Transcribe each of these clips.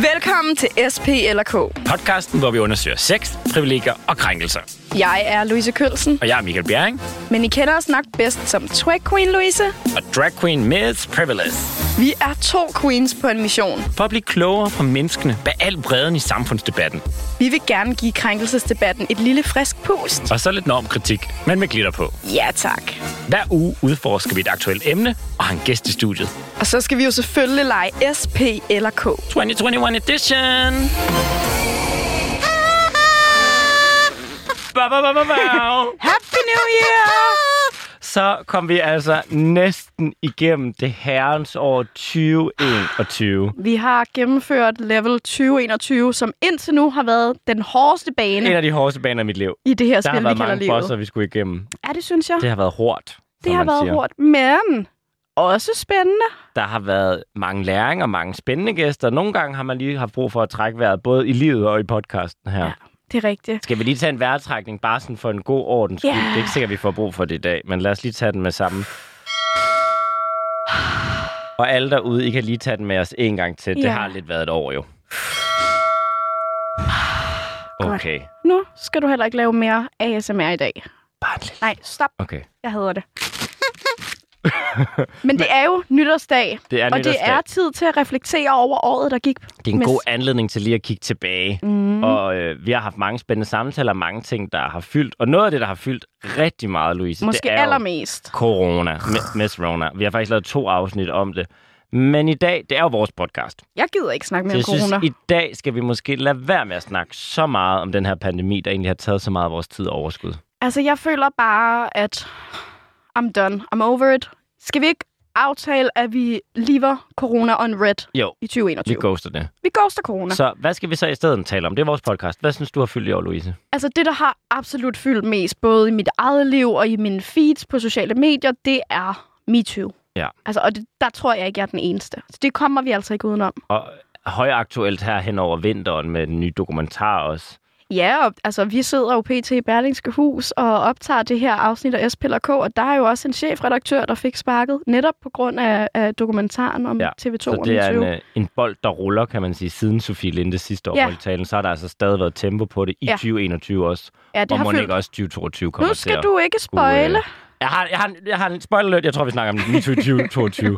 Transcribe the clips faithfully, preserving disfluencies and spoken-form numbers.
Velkommen til S P eller K. Podcasten, hvor vi undersøger sex, privilegier og krænkelser. Jeg er Louise Kølsen. Og jeg er Michael Bjerring. Men I kender os nok bedst som Drag Queen Louise. Og Drag Queen Miss Privilege. Vi er to queens på en mission. For at blive klogere på menneskene bag al bredden i samfundsdebatten. Vi vil gerne give krænkelsesdebatten et lille frisk pust. Og så lidt normkritik, men med glitter på. Ja, tak. Hver uge udforsker vi et aktuelt emne og har en gæst i studiet. Og så skal vi jo selvfølgelig lege S P eller K. tyve enogtyve edition! Ba, ba, ba, ba, ba. Happy New Year! Så kom vi altså næsten igennem det herrens år tyve enogtyve. Vi har gennemført level tyve enogtyve, som indtil nu har været den hårdeste bane. En af de hårdeste baner i mit liv. I det her der spil, vi kalder livet. Der har været mange bosser, vi skulle igennem. Ja, det synes jeg. Det har været hårdt. Det har været siger. hårdt, men også spændende. Der har været mange læringer, mange spændende gæster. Nogle gange har man lige haft brug for at trække vejret, både i livet og i podcasten her. Ja. Det er rigtigt. Skal vi lige tage en vejrtrækning, bare sådan for en god ordens skyld? Yeah. Det er ikke sikkert, at vi får brug for det i dag, men lad os lige tage den med sammen. Og alle derude, I kan lige tage den med os en gang til. Yeah. Det har lidt været et år jo. Okay. Godt. Nu skal du heller ikke lave mere A S M R i dag. Bare en lille. Nej, stop. Okay. Jeg hader det. Men det er jo nytårsdag, det er og nytårsdag. det er tid til at reflektere over året, der gik. Det er en med... god anledning til lige at kigge tilbage. Mm. Og øh, vi har haft mange spændende samtaler, mange ting, der har fyldt. Og noget af det, der har fyldt rigtig meget, Louise, måske det er allermest corona. Miss Rona. Vi har faktisk lavet to afsnit om det. Men i dag, det er jo vores podcast. Jeg gider ikke snakke mere så om corona. Jeg synes, i dag skal vi måske lade være med at snakke så meget om den her pandemi, der egentlig har taget så meget af vores tid og overskud. Altså, jeg føler bare, at I'm done. I'm over it. Skal vi ikke aftale, at vi lever corona on red jo, i tyve enogtyve? vi ghoster det. Vi ghoster corona. Så hvad skal vi så i stedet tale om? Det er vores podcast. Hvad synes du har fyldt i år, Louise? Altså det, der har absolut fyldt mest, både i mit eget liv og i mine feeds på sociale medier, det er MeToo. Ja. Altså, og det, der tror jeg ikke, jeg er den eneste. Så det kommer vi altså ikke udenom. Og højaktuelt her hen over vinteren med en ny dokumentar også. Ja, og, altså vi sidder jo pt. i Berlingske Hus og optager det her afsnit af S P eller K, og der er jo også en chefredaktør, der fik sparket, netop på grund af, af dokumentaren om ja, T V to. Så det er en, en bold, der ruller, kan man sige, siden Sofie Linde sidste år ja. talen, så har der altså stadig været tempo på det i ja. tyve enogtyve også. Ja, det og har må fyldt. ikke også tyve toogtyve kommer nu skal til du ikke spoile. Uh, jeg, har, jeg, har, jeg har en spoiler alert, jeg tror, vi snakker om MeToo tyve toogtyve.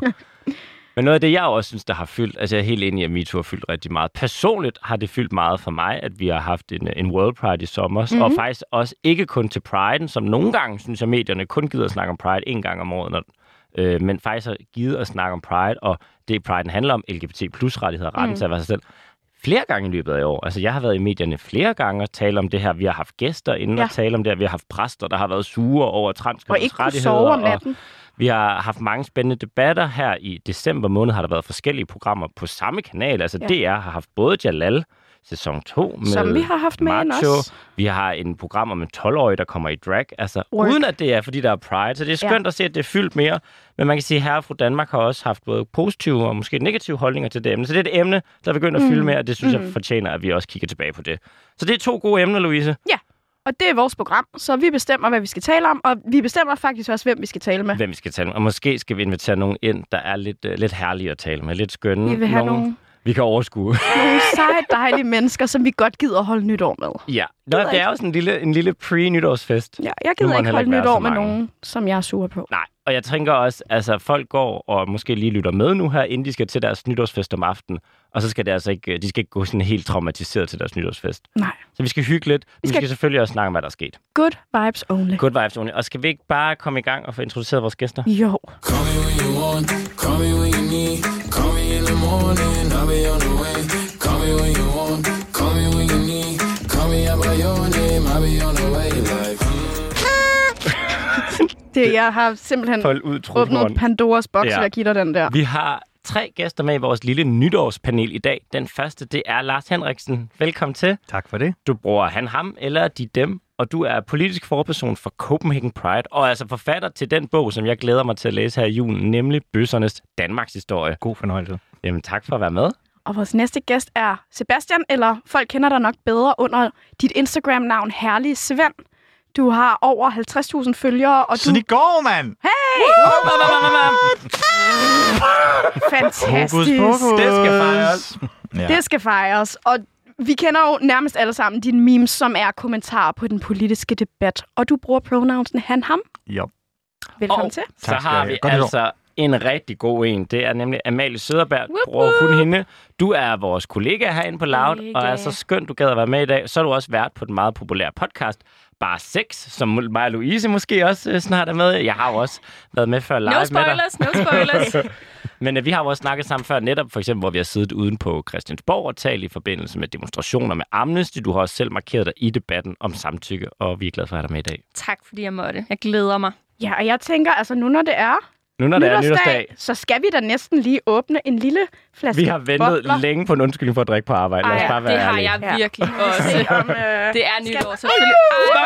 Men noget af det, jeg også synes, der har fyldt, altså jeg er helt enig i, at MeToo har fyldt rigtig meget. Personligt har det fyldt meget for mig, at vi har haft en, en World Pride i sommer, mm-hmm. og faktisk også ikke kun til Pride'en, som nogle gange, synes jeg, medierne kun gider at snakke om Pride en gang om året, når, øh, men faktisk har givet at snakke om Pride, og det Pride'en handler om, L G B T plus rettigheder, retten mm. til at være sig selv, flere gange i løbet af år. Altså, jeg har været i medierne flere gange og tale om det her. Vi har haft gæster inden ja. og tale om det her. Vi har haft præster, der har været sure over transkønnets rettigheder. Og ikke kunne sove om natten. Vi har haft mange spændende debatter her i december måned. Har der været forskellige programmer på samme kanal. Altså, ja. D R har haft både Jalal, sæson to med som vi har haft med Macho. Vi har en program om en tolv-årig, der kommer i drag. Altså, Work. Uden at det er, fordi der er Pride. Så det er skønt ja. at se, at det er fyldt mere. Men man kan sige, at herre og fru Danmark har også haft både positive og måske negative holdninger til det emne. Så det er et emne, der begynder at fylde mm. mere, og det synes mm. jeg fortjener, at vi også kigger tilbage på det. Så det er to gode emner, Louise. Ja, og det er vores program, så vi bestemmer, hvad vi skal tale om, og vi bestemmer faktisk også, hvem vi skal tale med. Hvem vi skal tale med. Og måske skal vi invitere nogen ind, der er lidt, uh, lidt herlige at tale med. Lidt skønne. Vi vil have nogen, nogen... vi kan overskue. Nogle seje, dejlige mennesker, som vi godt gider at holde nytår med. Ja, Nå, det er jo sådan en lille, en lille pre-nytårsfest. Ja, jeg gider ikke holde nytår med nogen, som jeg er sur på. Nej, og jeg tænker også, altså folk går og måske lige lytter med nu her, inden de skal til deres nytårsfest om aftenen. Og så skal det altså ikke, de skal ikke gå sådan helt traumatiseret til deres nytårsfest. Nej. Så vi skal hygge lidt. Vi skal, vi skal selvfølgelig også snakke om, hvad der er sket. Good vibes only. Good vibes only. Og skal vi ikke bare komme i gang og få introduceret vores gæster? Jo. Call me when you want, call me when you need, call me in the morning, I'll be on the way. Call me when you want, call me when you need, call me out by your name, I'll be on the way. Like, det, jeg har simpelthen ud, åbnet Pandoras boks, ja. Og jeg giver dig den der. Vi har tre gæster med i vores lille nytårspanel i dag. Den første, det er Lars Henriksen. Velkommen til. Tak for det. Du bruger han, ham eller de, dem, og du er politisk forperson for Copenhagen Pride, og altså forfatter til den bog, som jeg glæder mig til at læse her i julen, nemlig Bøssernes Danmarks historie. God fornøjelse. Jamen, tak for at være med. Og vores næste gæst er Sebastian, eller folk kender dig nok bedre under dit Instagram-navn Herlige Svend. Du har over halvtreds tusind følgere, og Siden du... i går, mand! Hey! What? Fantastisk. Hokus pokus. Det skal fejres. Ja. Det skal fejres. Og vi kender jo nærmest alle sammen dine memes, som er kommentarer på den politiske debat. Og du bruger pronouncen han, ham. Jo. Velkommen og til. Så har vi altså en rigtig god en. Det er nemlig Amalie Søderberg. Bruger hun hende. Du er vores kollega herinde på Loud, og er så skønt, du gad at være med i dag. Så er du også vært på den meget populære podcast Bare Sex, som mig og Louise måske også snart er med. Jeg har jo også været med før live no spoilers, med dig. No spoilers, Men uh, vi har jo også snakket sammen før, netop for eksempel, hvor vi har siddet uden på Christiansborg og talt i forbindelse med demonstrationer med Amnesty. Du har også selv markeret dig i debatten om samtykke, og vi er glade for at have dig med i dag. Tak, fordi jeg måtte. Jeg glæder mig. Ja, og jeg tænker, altså nu når det er Nu når det er nytårsdag, så skal vi da næsten lige åbne en lille flaske Vi har ventet bobler. længe på en undskyldning for at drikke på arbejde. Lad os bare være det har ærlige. jeg virkelig ja. også. Se om, øh, det er nytår, selvfølgelig.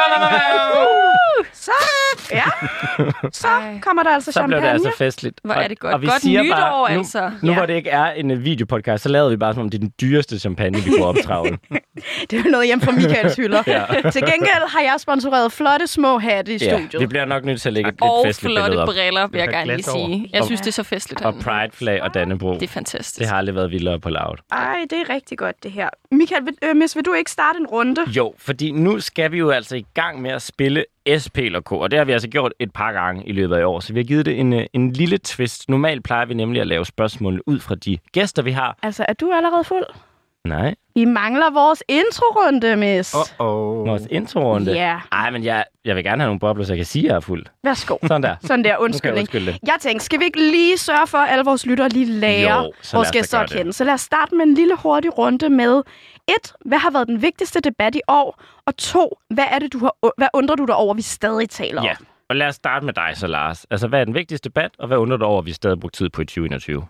Så, ja. Så kommer der altså så champagne. Så blev det altså festligt. Hvor er det godt. Og vi godt siger nytår, bare, nu, altså. Nu ja. hvor det ikke er en videopodcast, så lavede vi bare som om det er den dyreste champagne, vi kunne optravle. Det er jo noget hjem fra Michaels hylder. ja. Til gengæld har jeg sponsoreret flotte små hatte i ja, studiet. Vi bliver nok nødt til at lægge et og lidt festligt billede op. Og flotte briller, vil jeg gerne lige sige. Jeg synes, det er så festligt. Og Pride-flag og Dannebrog. Det er fantastisk. Det har aldrig været vildere på Loud. Ej, det er rigtig godt, det her. Michael, vil, øh, Miss, vil du ikke starte en runde? Jo, fordi nu skal vi jo altså i gang med at spille S P eller K, og det har vi altså gjort et par gange i løbet af år, så vi har givet det en, en lille twist. Normalt plejer vi nemlig at lave spørgsmål ud fra de gæster, vi har. Altså, er du allerede fuld? Nej. Vi mangler vores introrunde, Miss. Uh-oh. Vores introrunde? Ja. Yeah. Ej, men jeg, jeg vil gerne have nogle bobler, så jeg kan sige, at jeg er fuld. Værsgo. Sådan der. Sådan der, undskyldning. Jeg, jeg tænkte, skal vi ikke lige sørge for, at alle vores lyttere lige lærer jo, vores gæster at kende? Så lad os starte med en lille hurtig runde med et. Hvad har været den vigtigste debat i år? Og to. Hvad er det, du har, hvad undrer du dig over, vi stadig taler ja. om? Og lad os starte med dig så, Lars. Altså, hvad er den vigtigste debat, og hvad undrer du over, vi stadig brugt tid på i tyve enogtyve?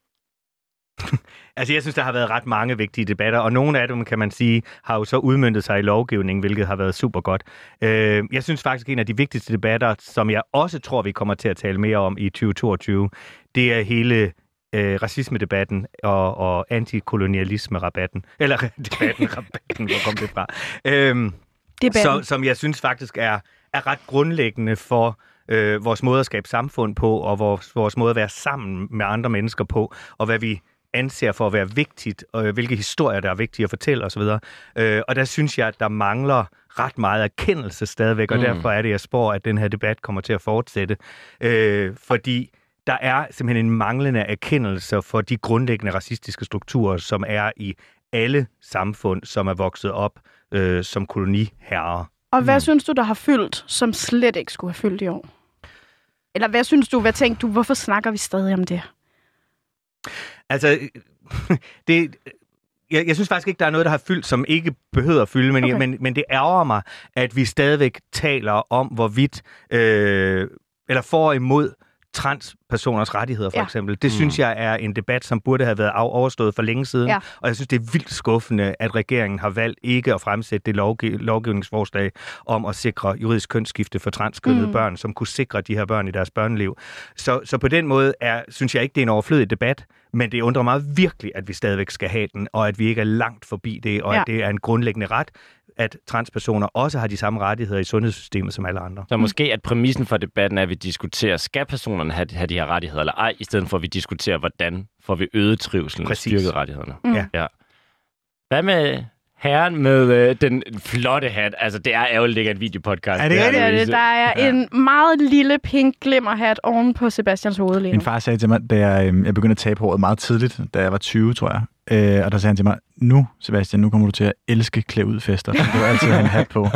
Altså, jeg synes, der har været ret mange vigtige debatter, og nogle af dem, kan man sige, har jo så udmøntet sig i lovgivning, hvilket har været super godt. Øh, jeg synes faktisk, en af de vigtigste debatter, som jeg også tror, vi kommer til at tale mere om i tyve toogtyve, det er hele øh, racisme-debatten og, og antikolonialisme-rabatten. Eller debatten, rabatten, hvor kom det fra? Øh, så, som jeg synes faktisk er, er ret grundlæggende for øh, vores måde at skabe samfund på, og vores, vores måde at være sammen med andre mennesker på, og hvad vi anser for at være vigtigt, og hvilke historier, der er vigtige at fortælle osv. Øh, og der synes jeg, at der mangler ret meget erkendelse stadigvæk, og mm. derfor er det, jeg spår, at den her debat kommer til at fortsætte. Øh, fordi der er simpelthen en manglende erkendelse for de grundlæggende racistiske strukturer, som er i alle samfund, som er vokset op øh, som koloniherrer. Og hvad mm. synes synes du, der har fyldt, som slet ikke skulle have fyldt i år? Eller hvad synes du, hvad tænkte du, hvorfor snakker vi stadig om det? Altså, det, jeg, jeg synes faktisk ikke, der er noget, der har fyldt, som ikke behøver at fylde, men, okay. men, men det ærger mig, at vi stadigvæk taler om, hvorvidt, øh, eller for og imod transpersoners rettigheder, for ja. eksempel. Det mm. synes jeg er en debat, som burde have været overstået for længe siden, ja. og jeg synes, det er vildt skuffende, at regeringen har valgt ikke at fremsætte det lovgiv- lovgivningsforslag om at sikre juridisk kønsskifte for transkønnede mm. børn, som kunne sikre de her børn i deres børneliv. Så, så på den måde er, synes jeg ikke, det er en overflødig debat, men det undrer mig virkelig, at vi stadigvæk skal have den, og at vi ikke er langt forbi det, og ja. at det er en grundlæggende ret, at transpersoner også har de samme rettigheder i sundhedssystemet som alle andre. Så måske at præmissen for debatten er, at vi diskuterer, skal personerne have, have de her rettigheder eller ej, i stedet for at vi diskuterer, hvordan får vi øget trivselen og styrket rettighederne. Mm. Ja. Ja. Hvad med herren med øh, den flotte hat? Altså, det er ærgerligt ikke et videopodcast. Er det det? Er det. Der er ja. en meget lille pink glimmerhat oven på Sebastians hoved lige nu. Min far sagde til mig, da jeg, øh, jeg begyndte at tabe håret meget tidligt, da jeg var tyve, tror jeg. Øh, og der sagde han til mig, nu, Sebastian, nu kommer du til at elske klæde ud fester. Du vil altid have en hat på.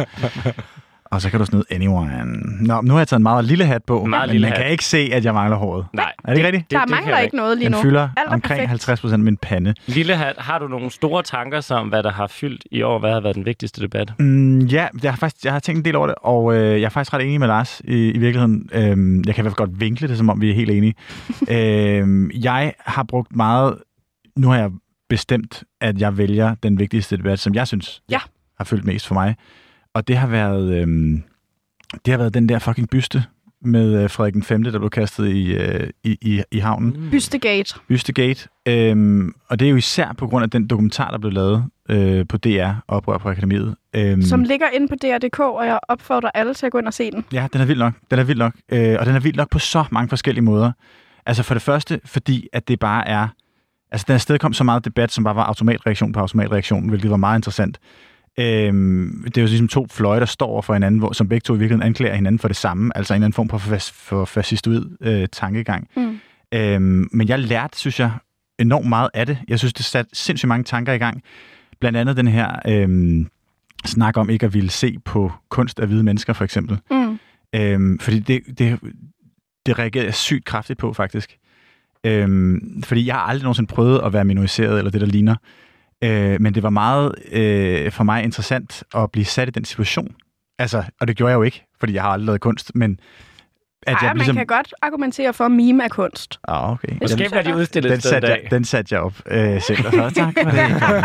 Og så kan du snyde anyone. Nå, nu har jeg taget en meget lille hat på, meget men lille man hat. Kan ikke se, at jeg mangler håret. Nej. Er det ikke rigtigt? Der det, det mangler ikke noget lige nu. Den fylder omkring halvtreds procent af min pande. Lille hat, har du nogle store tanker om, hvad der har fyldt i år? Hvad har været den vigtigste debat? Mm, ja, jeg har faktisk jeg har tænkt en del over det, og øh, jeg er faktisk ret enig med Lars i, i virkeligheden. Øhm, jeg kan i hvert fald godt vinkle det, som om vi er helt enige. øhm, jeg har brugt meget... Nu har jeg bestemt, at jeg vælger den vigtigste debat, som jeg synes ja. har fyldt mest for mig. Og det har været øhm, det har været den der fucking byste med øh, Frederik den femte, der blev kastet i, øh, i, i, i havnen. Mm. Bystegate. Bystegate. Øhm, og det er jo især på grund af den dokumentar, der blev lavet øh, på D R, Oprør på Akademiet. Øhm, som ligger inde på D R punktum d k, og jeg opfordrer alle til at gå ind og se den. Ja, den er vild nok. Den er vild nok. Øh, og den er vild nok på så mange forskellige måder. Altså for det første, fordi at det bare er Altså, der afsted kom så meget debat, som bare var automatreaktion på automatreaktion, hvilket var meget interessant. Øhm, det er jo ligesom to fløje, der står over for hinanden, hvor, som begge to i virkeligheden anklager hinanden for det samme, altså en eller anden form for, for, for fascistoid øh, tankegang. Mm. Øhm, men jeg lærte, synes jeg, enormt meget af det. Jeg synes, det satte sindssygt mange tanker i gang. Blandt andet den her øhm, snak om ikke at ville se på kunst af hvide mennesker, for eksempel. Mm. Øhm, fordi det, det, det reagerede jeg sygt kraftigt på, faktisk. Øhm, fordi jeg har aldrig nogensinde prøvet at være minoriseret, eller det, der ligner. Øh, men det var meget øh, for mig interessant at blive sat i den situation. Altså, og det gjorde jeg jo ikke, fordi jeg har aldrig lavet kunst, men... At Ej, jeg man ligesom... kan godt argumentere for, at mime er kunst. Ah, okay. Måske bliver de udstillet den, satte jeg, den satte jeg op øh, selv, og så tak for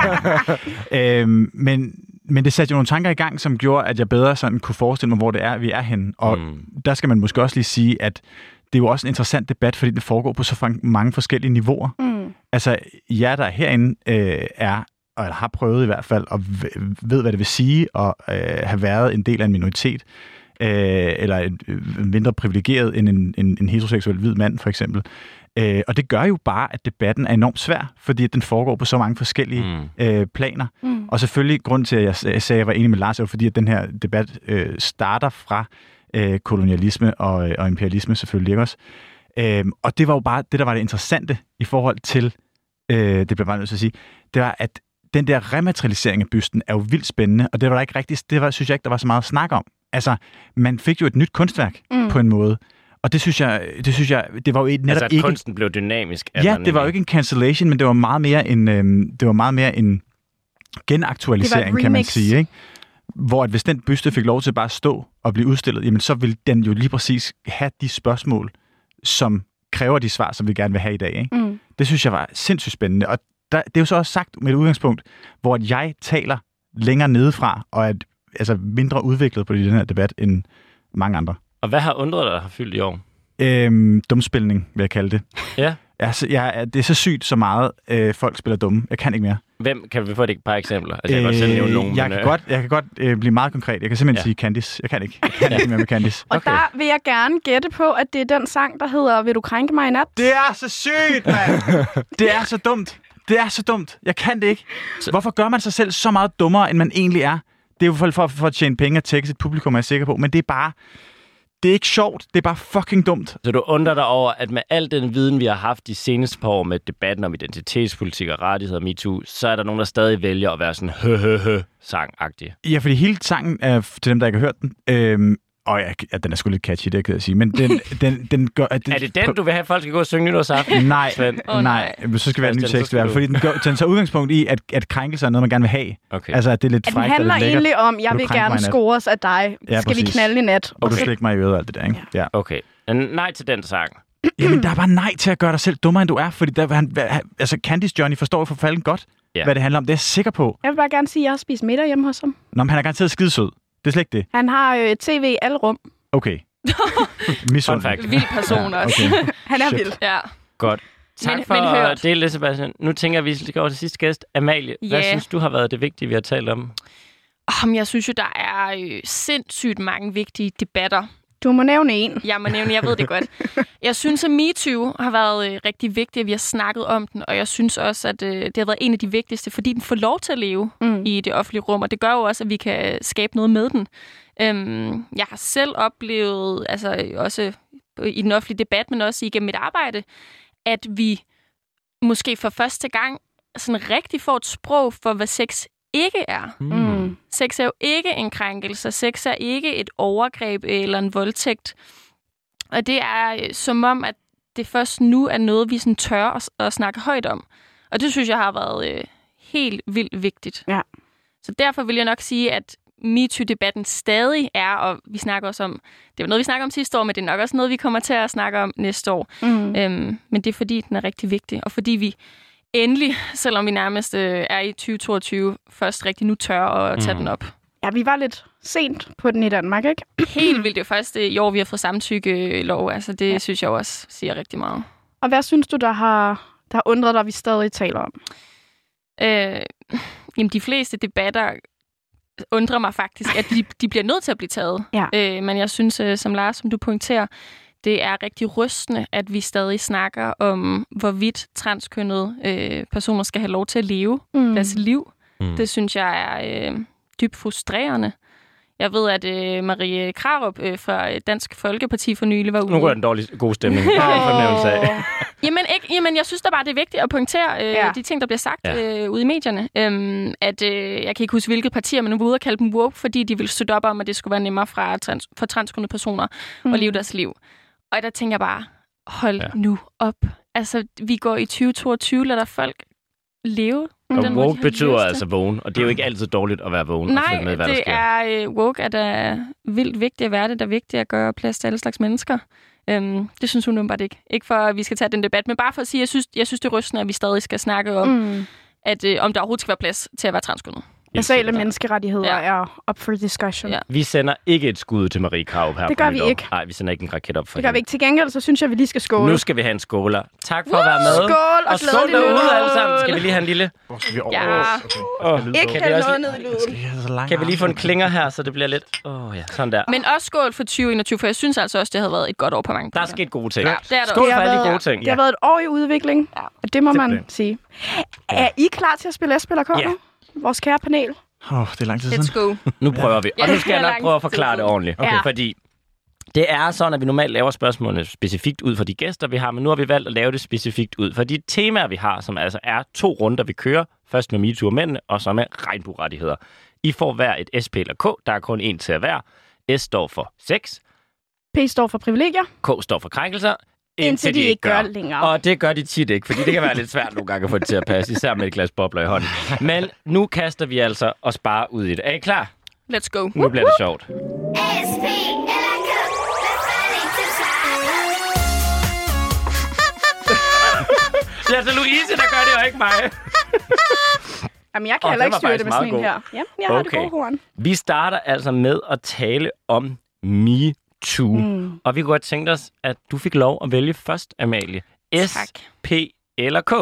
det. øhm, men, men det satte jo nogle tanker i gang, som gjorde, at jeg bedre sådan kunne forestille mig, hvor det er, vi er henne. Og mm. der skal man måske også lige sige, at det er jo også en interessant debat, fordi det foregår på så mange forskellige niveauer. Mm. Altså, jer, der herinde øh, er, og har prøvet i hvert fald, og ved, hvad det vil sige at øh, have været en del af en minoritet, øh, eller en, øh, mindre privilegeret end en, en, en heteroseksuel hvid mand, for eksempel. Øh, og det gør jo bare, at debatten er enormt svær, fordi den foregår på så mange forskellige mm. øh, planer. Mm. Og selvfølgelig, grund til, at jeg sagde, at jeg var enig med Lars, er jo fordi, at den her debat øh, starter fra øh, kolonialisme og, og imperialisme, selvfølgelig ikke også. Øh, og det var jo bare det, der var det interessante i forhold til, øh, det bliver bare nødt til at sige, det var, at den der rematerialisering af bysten er jo vildt spændende, og det var der ikke rigtig, det var, synes jeg ikke, der var så meget at snakke om. Altså, man fik jo et nyt kunstværk mm. på en måde, og det synes jeg, det synes jeg, det var jo netop altså, at ikke... kunsten blev dynamisk. Ja, det var jo ikke en cancellation, men det var meget mere en, øhm, det var meget mere en genaktualisering, kan man sige, ikke? Hvor at hvis den byste fik lov til bare at stå og blive udstillet, jamen så ville den jo lige præcis have de spørgsmål, som kræver de svar, som vi gerne vil have i dag, ikke? Mm. Det synes jeg var sindssygt spændende, og der, det er jo så også sagt med et udgangspunkt, hvor jeg taler længere nedefra, og er altså mindre udviklet på den her debat end mange andre. Og hvad har undret dig, der har fyldt i år? Øhm, dumspilning, vil jeg kalde det. Ja. Altså, jeg, det er så sygt, så meget øh, folk spiller dumme. Jeg kan ikke mere. Hvem? Kan vi få et par eksempler? Altså, jeg kan øh, godt selv nævne nogen. Jeg, men, kan godt, jeg kan godt øh, blive meget konkret. Jeg kan simpelthen ja. sige Candice. Jeg kan ikke. Jeg kan ikke mere med Candice. Og okay. Der vil jeg gerne gætte på, at det er den sang, der hedder Vil du krænke mig i nat? Det er så sygt, mand! Det er så dumt. Det er så dumt. Jeg kan det ikke. Så... Hvorfor gør man sig selv så meget dummere, end man egentlig er? Det er jo for, for, for at tjene penge og tække sit publikum, er jeg sikker på. Men det er bare... Det er ikke sjovt. Det er bare fucking dumt. Så du undrer dig over, at med al den viden, vi har haft de seneste par år med debatten om identitetspolitik og rettigheder og MeToo, så er der nogen, der stadig vælger at være sådan hø-hø-hø-sang-agtig. Ja, fordi hele sangen er til dem, der ikke har hørt den. Øhm, og ja, den er sgu lidt catchy, det kan jeg sige. Men den, den, den gør... Den, er det den, du vil have, at folk skal gå og synge nytårsaften? Nej, oh, nej. nej. Så skal vi have en ny tekst. Du... Fordi den, gør, den tager udgangspunkt i, at, at krænkelse er noget, man gerne vil have. Okay. Altså, at det er lidt frækt og lidt lækkert. Den handler egentlig om, jeg vil gerne scores af dig. Ja, skal præcis. Vi knalde i nat? Og du slikker mig i øret og alt det der, ikke? Ja. Ja. Okay. Nej til den sang. Jamen, der er bare nej til at gøre dig selv dummere, end du er. Fordi der, han, altså, Candice Johnny forstår jo for fanden godt, ja. Hvad det handler om. Det er jeg sikker på. Jeg vil bare gerne sige, at jeg har spist middag hjemme hos ham. Nå, men han er garanteret skidesød. Det er slet ikke det. Han har øh, tv i alle rum. Okay. Fun fact. Vild person ja, også. Okay. Han er vild. Ja. Godt. Tak men, for men at dele det, Sebastian. Nu tænker jeg, at vi skal over til sidste gæst. Amalie, yeah. Hvad synes du har været det vigtige, vi har talt om? Um, jeg synes jo, der er øh, sindssygt mange vigtige debatter. Du må nævne en. Jeg må nævne, jeg ved det godt. Jeg synes, at MeToo har været øh, rigtig vigtigt, at vi har snakket om den, og jeg synes også, at øh, det har været en af de vigtigste, fordi den får lov til at leve mm. i det offentlige rum, og det gør jo også, at vi kan skabe noget med den. Øhm, jeg har selv oplevet, altså også i den offentlige debat, men også igennem mit arbejde, at vi måske for første gang sådan rigtig får et sprog for, hvad sex ikke er. Mm. Sex er jo ikke en krænkelse. Sex er ikke et overgreb eller en voldtægt. Og det er som om, at det først nu er noget, vi sådan tør at, at snakke højt om. Og det synes jeg har været øh, helt vildt vigtigt. Ja. Så derfor vil jeg nok sige, at MeToo-debatten stadig er, og vi snakker også om, det var noget, vi snakker om sidste år, men det er nok også noget, vi kommer til at snakke om næste år. Mm. Øhm, men det er fordi, den er rigtig vigtig, og fordi vi endelig, selvom vi nærmest øh, er i tyve toogtyve, først rigtig nu tør at tage mm. den op. Ja, vi var lidt sent på den i Danmark, ikke? Helt vildt. Det er først i år, vi har fået samtykkelov. Altså, det ja. synes jeg også siger rigtig meget. Og hvad synes du, der har, der har undret dig, vi stadig taler om? Øh, jamen, de fleste debatter undrer mig faktisk, at de, de bliver nødt til at blive taget. Ja. Øh, men jeg synes, som Lars, som du pointerer, det er rigtig rystende, at vi stadig snakker om, hvorvidt transkønnede øh, personer skal have lov til at leve mm. deres liv. Mm. Det synes jeg er øh, dybt frustrerende. Jeg ved, at øh, Marie Krarup øh, fra Dansk Folkeparti for nylig var ude. Nu er den dårlig god stemning. Det er en fornemmelse af. Jamen, ikke, jamen, jeg synes da bare, det er vigtigt at pointere øh, ja. de ting, der bliver sagt ja. øh, ude i medierne. Øhm, at, øh, jeg kan ikke huske, hvilke partier, men nu var ude og kalde dem woke, fordi de ville støtte op om, at det skulle være nemmere fra trans, for transkønnede personer mm. at leve deres liv. Og der tænker jeg bare, hold ja. nu op. Altså, vi går i tyve toogtyve, lader folk leve. Og den woke måde, betyder altså vågen, og det er jo ikke altid dårligt at være vågen. Nej, og følge med, hvad det der sker. er uh, woke er da vildt vigtigt at være det, der er vigtigt at gøre plads til alle slags mennesker. Um, det synes hun bare ikke. Ikke for, at vi skal tage den debat, men bare for at sige, at jeg synes, jeg synes det er rystende, at vi stadig skal snakke om, mm. at uh, om der overhovedet skal være plads til at være transkønnet. Basale menneskerettigheder ja. er up for discussion. Ja. Vi sender ikke et skud til Marie Krarup her. Det gør vi ikke. Nej, vi sender ikke en raket op for Det gør hende. vi ikke. Til gengæld, så synes jeg, vi lige skal skåle. Nu skal vi have en skåler. Tak for Woo! at være med. Skål og, og skål derude alle sammen. Skal vi lige have en lille... Hvor skal vi over? Ja. Okay. Oh. Ikke have noget ned i lyden. Kan vi lige få en klinger her, så det bliver lidt... Åh oh, ja, sådan der. Men også skål for tyve enogtyve, for jeg synes altså også, det havde været et godt år på mange punkter. Der er sket gode ting. Ja, det er der skål for alle de været, gode ting. Det har været et år i udvikling, ja. og det må man sige. Er I klar til at spille S-spil og K nu? Vores kære panel. Åh, oh, det er lang tid siden. Let's go. Nu prøver vi. Og nu skal jeg nok prøve at forklare det ordentligt. Okay. Fordi det er sådan, at vi normalt laver spørgsmålene specifikt ud for de gæster, vi har, men nu har vi valgt at lave det specifikt ud for de temaer, vi har, som altså er to runder, vi kører. Først med MeToo og mændene, og så med regnbuerettigheder. I får hver et S, P eller K. Der er kun én til at hver. S står for sex. P står for privilegier. K står for krænkelser. Indtil de ikke gør længere. Og det gør de tit ikke, fordi det kan være lidt svært nogle gange at få det til at passe, især med et glas bobler i hånden. Men nu kaster vi altså og sparer ud i det. Er I klar? Let's go. Nu bliver det sjovt. S P eller K, det er altså Louise, der gør det, og ikke mig. Jamen, jeg kan oh, heller ikke styre det med sådan en her. Ja, jeg har okay. det gode horn. Vi starter altså med at tale om MeToo. Mm. Og vi kunne godt tænke os, at du fik lov at vælge først, Amalie. S, tak. P eller K?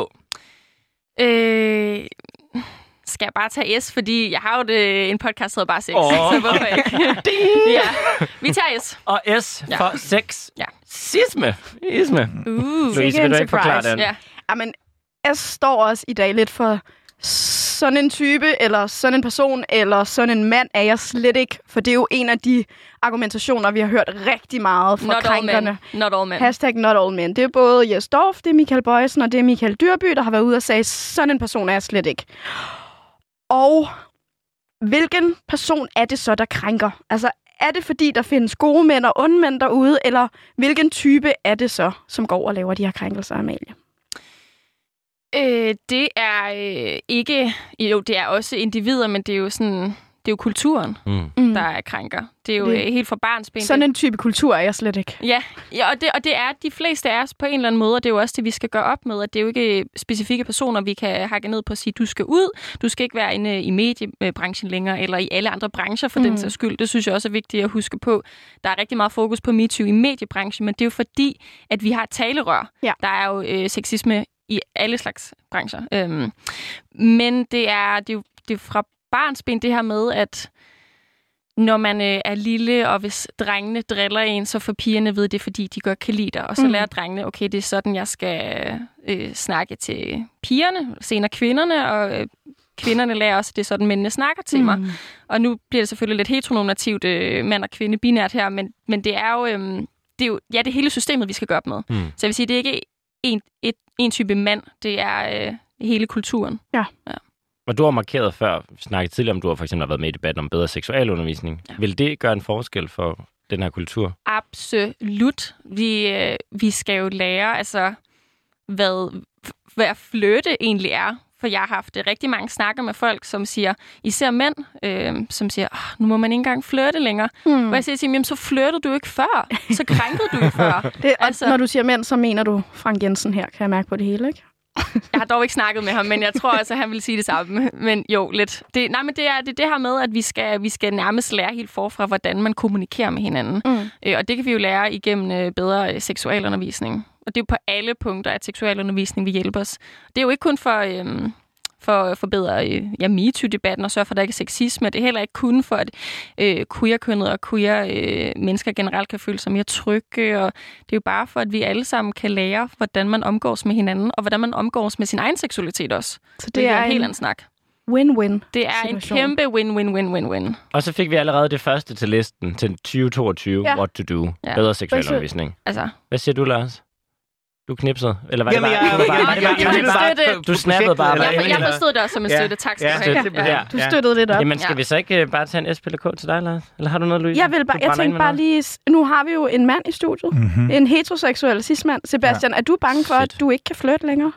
Øh, skal jeg bare tage S, fordi jeg har jo det, en podcast, der hedder bare sex. Oh. Så hvorfor ikke? ja. Vi tager S. Og S ja. for sex. Ja. Sisme. Isme. Uh. Louise, vil du ikke forklare den? Ja. Jamen, S står også i dag lidt for sådan en type, eller sådan en person, eller sådan en mand er jeg slet ikke. For det er jo en af de argumentationer, vi har hørt rigtig meget fra not krænkerne. All men. Not all men. Hashtag not all men. Det er både Jes Dorf, det er Michael Bøjsen, og det er Michael Dyrby, der har været ude og sige, sådan en person er jeg slet ikke. Og hvilken person er det så, der krænker? Altså, er det fordi, der findes gode mænd og onde mænd derude, eller hvilken type er det så, som går og laver de her krænkelser, Amalie? Øh, det er øh, ikke... Jo, det er også individer, men det er jo sådan... Det er jo kulturen, mm. der er krænker. Det er jo det. helt fra barnsben. Sådan en type kultur er jeg slet ikke. Ja, ja og, det, og det er de fleste af os på en eller anden måde, og det er jo også det, vi skal gøre op med, at det er jo ikke specifikke personer, vi kan hakke ned på at sige, du skal ud, du skal ikke være inde i mediebranchen længere, eller i alle andre brancher for mm. den sags skyld. Det synes jeg også er vigtigt at huske på. Der er rigtig meget fokus på MeToo i mediebranchen, men det er jo fordi, at vi har et talerør. Ja. Der er jo øh, sexisme i alle slags brancher. Øhm, men det er, det er jo det er fra barnsben det her med, at når man øh, er lille, og hvis drengene driller en, så får pigerne ved det, fordi de godt kan lide dig. Og så mm. lærer drengene, okay, det er sådan, jeg skal øh, snakke til pigerne, senere kvinderne, og øh, kvinderne lærer også, at det er sådan, mændene snakker til mm. mig. Og nu bliver det selvfølgelig lidt heteronormativt øh, mand og kvinde binært her, men, men det er jo, øh, det er jo ja, det hele systemet, vi skal gøre op med. Mm. Så jeg vil sige, det er ikke en, et, en type mand, det er øh, hele kulturen. Ja. ja. Og du har markeret før, vi snakkede tidligere om, du har for eksempel været med i debatten om bedre seksualundervisning. Ja. Vil det gøre en forskel for den her kultur? Absolut. Vi, øh, vi skal jo lære, altså, hvad, hvad flirte egentlig er. For jeg har haft rigtig mange snakker med folk, som siger, især mænd, øh, som siger, oh, nu må man ikke engang flirte længere. Hmm. Hvor jeg siger, jamen så flirtede du ikke før. Så krænkede du ikke før. Det, altså, når du siger mænd, så mener du Frank Jensen her, kan jeg mærke på det hele, ikke? Jeg har dog ikke snakket med ham, men jeg tror også, at han vil sige det samme. Men jo, lidt. Det, nej, men det er det, det her med, at vi skal, vi skal nærmest lære helt forfra, hvordan man kommunikerer med hinanden. Mm. Øh, og det kan vi jo lære igennem øh, bedre seksualundervisning. Og det er jo på alle punkter, at seksualundervisning vil hjælpe os. Det er jo ikke kun for, øh, for at forbedre øh, ja, MeToo-debatten og sørge for, at der ikke er sexisme. Det er heller ikke kun for, at øh, queer-kønnet og queer-mennesker øh, generelt kan føle sig mere trygge. Og det er jo bare for, at vi alle sammen kan lære, hvordan man omgås med hinanden, og hvordan man omgås med sin egen seksualitet også. Så det er en helt en anden snak. Win-win. Det er situation. en kæmpe win-win-win-win-win. Og så fik vi allerede det første til listen til tyve toogtyve, Ja. What to do. Ja. Bedre seksualundervisning. Altså, Hvad siger du, Lars? Du knipsede? Eller var Jamen, det bare... jeg- var det bare- jeg- var det bare- jeg- var det jeg- bare- jeg- Du snappede bare. Eller- jeg, jeg eller- forstod det også som en Ja. støtte. Tak skal Ja, du have. simpelthen. Ja. Du støttede lidt op. Jamen, skal Ja. vi så ikke øh, bare tage en S P L K til dig, Lars? Eller har du noget, Louise? Jeg vil bare, Du jeg brænder ind tænkte med bare noget? lige, s- nu har vi jo en mand i studiet. Mm-hmm. En heteroseksuel cis-mand. Sebastian, er du bange for, at Shit. du ikke kan flytte længere?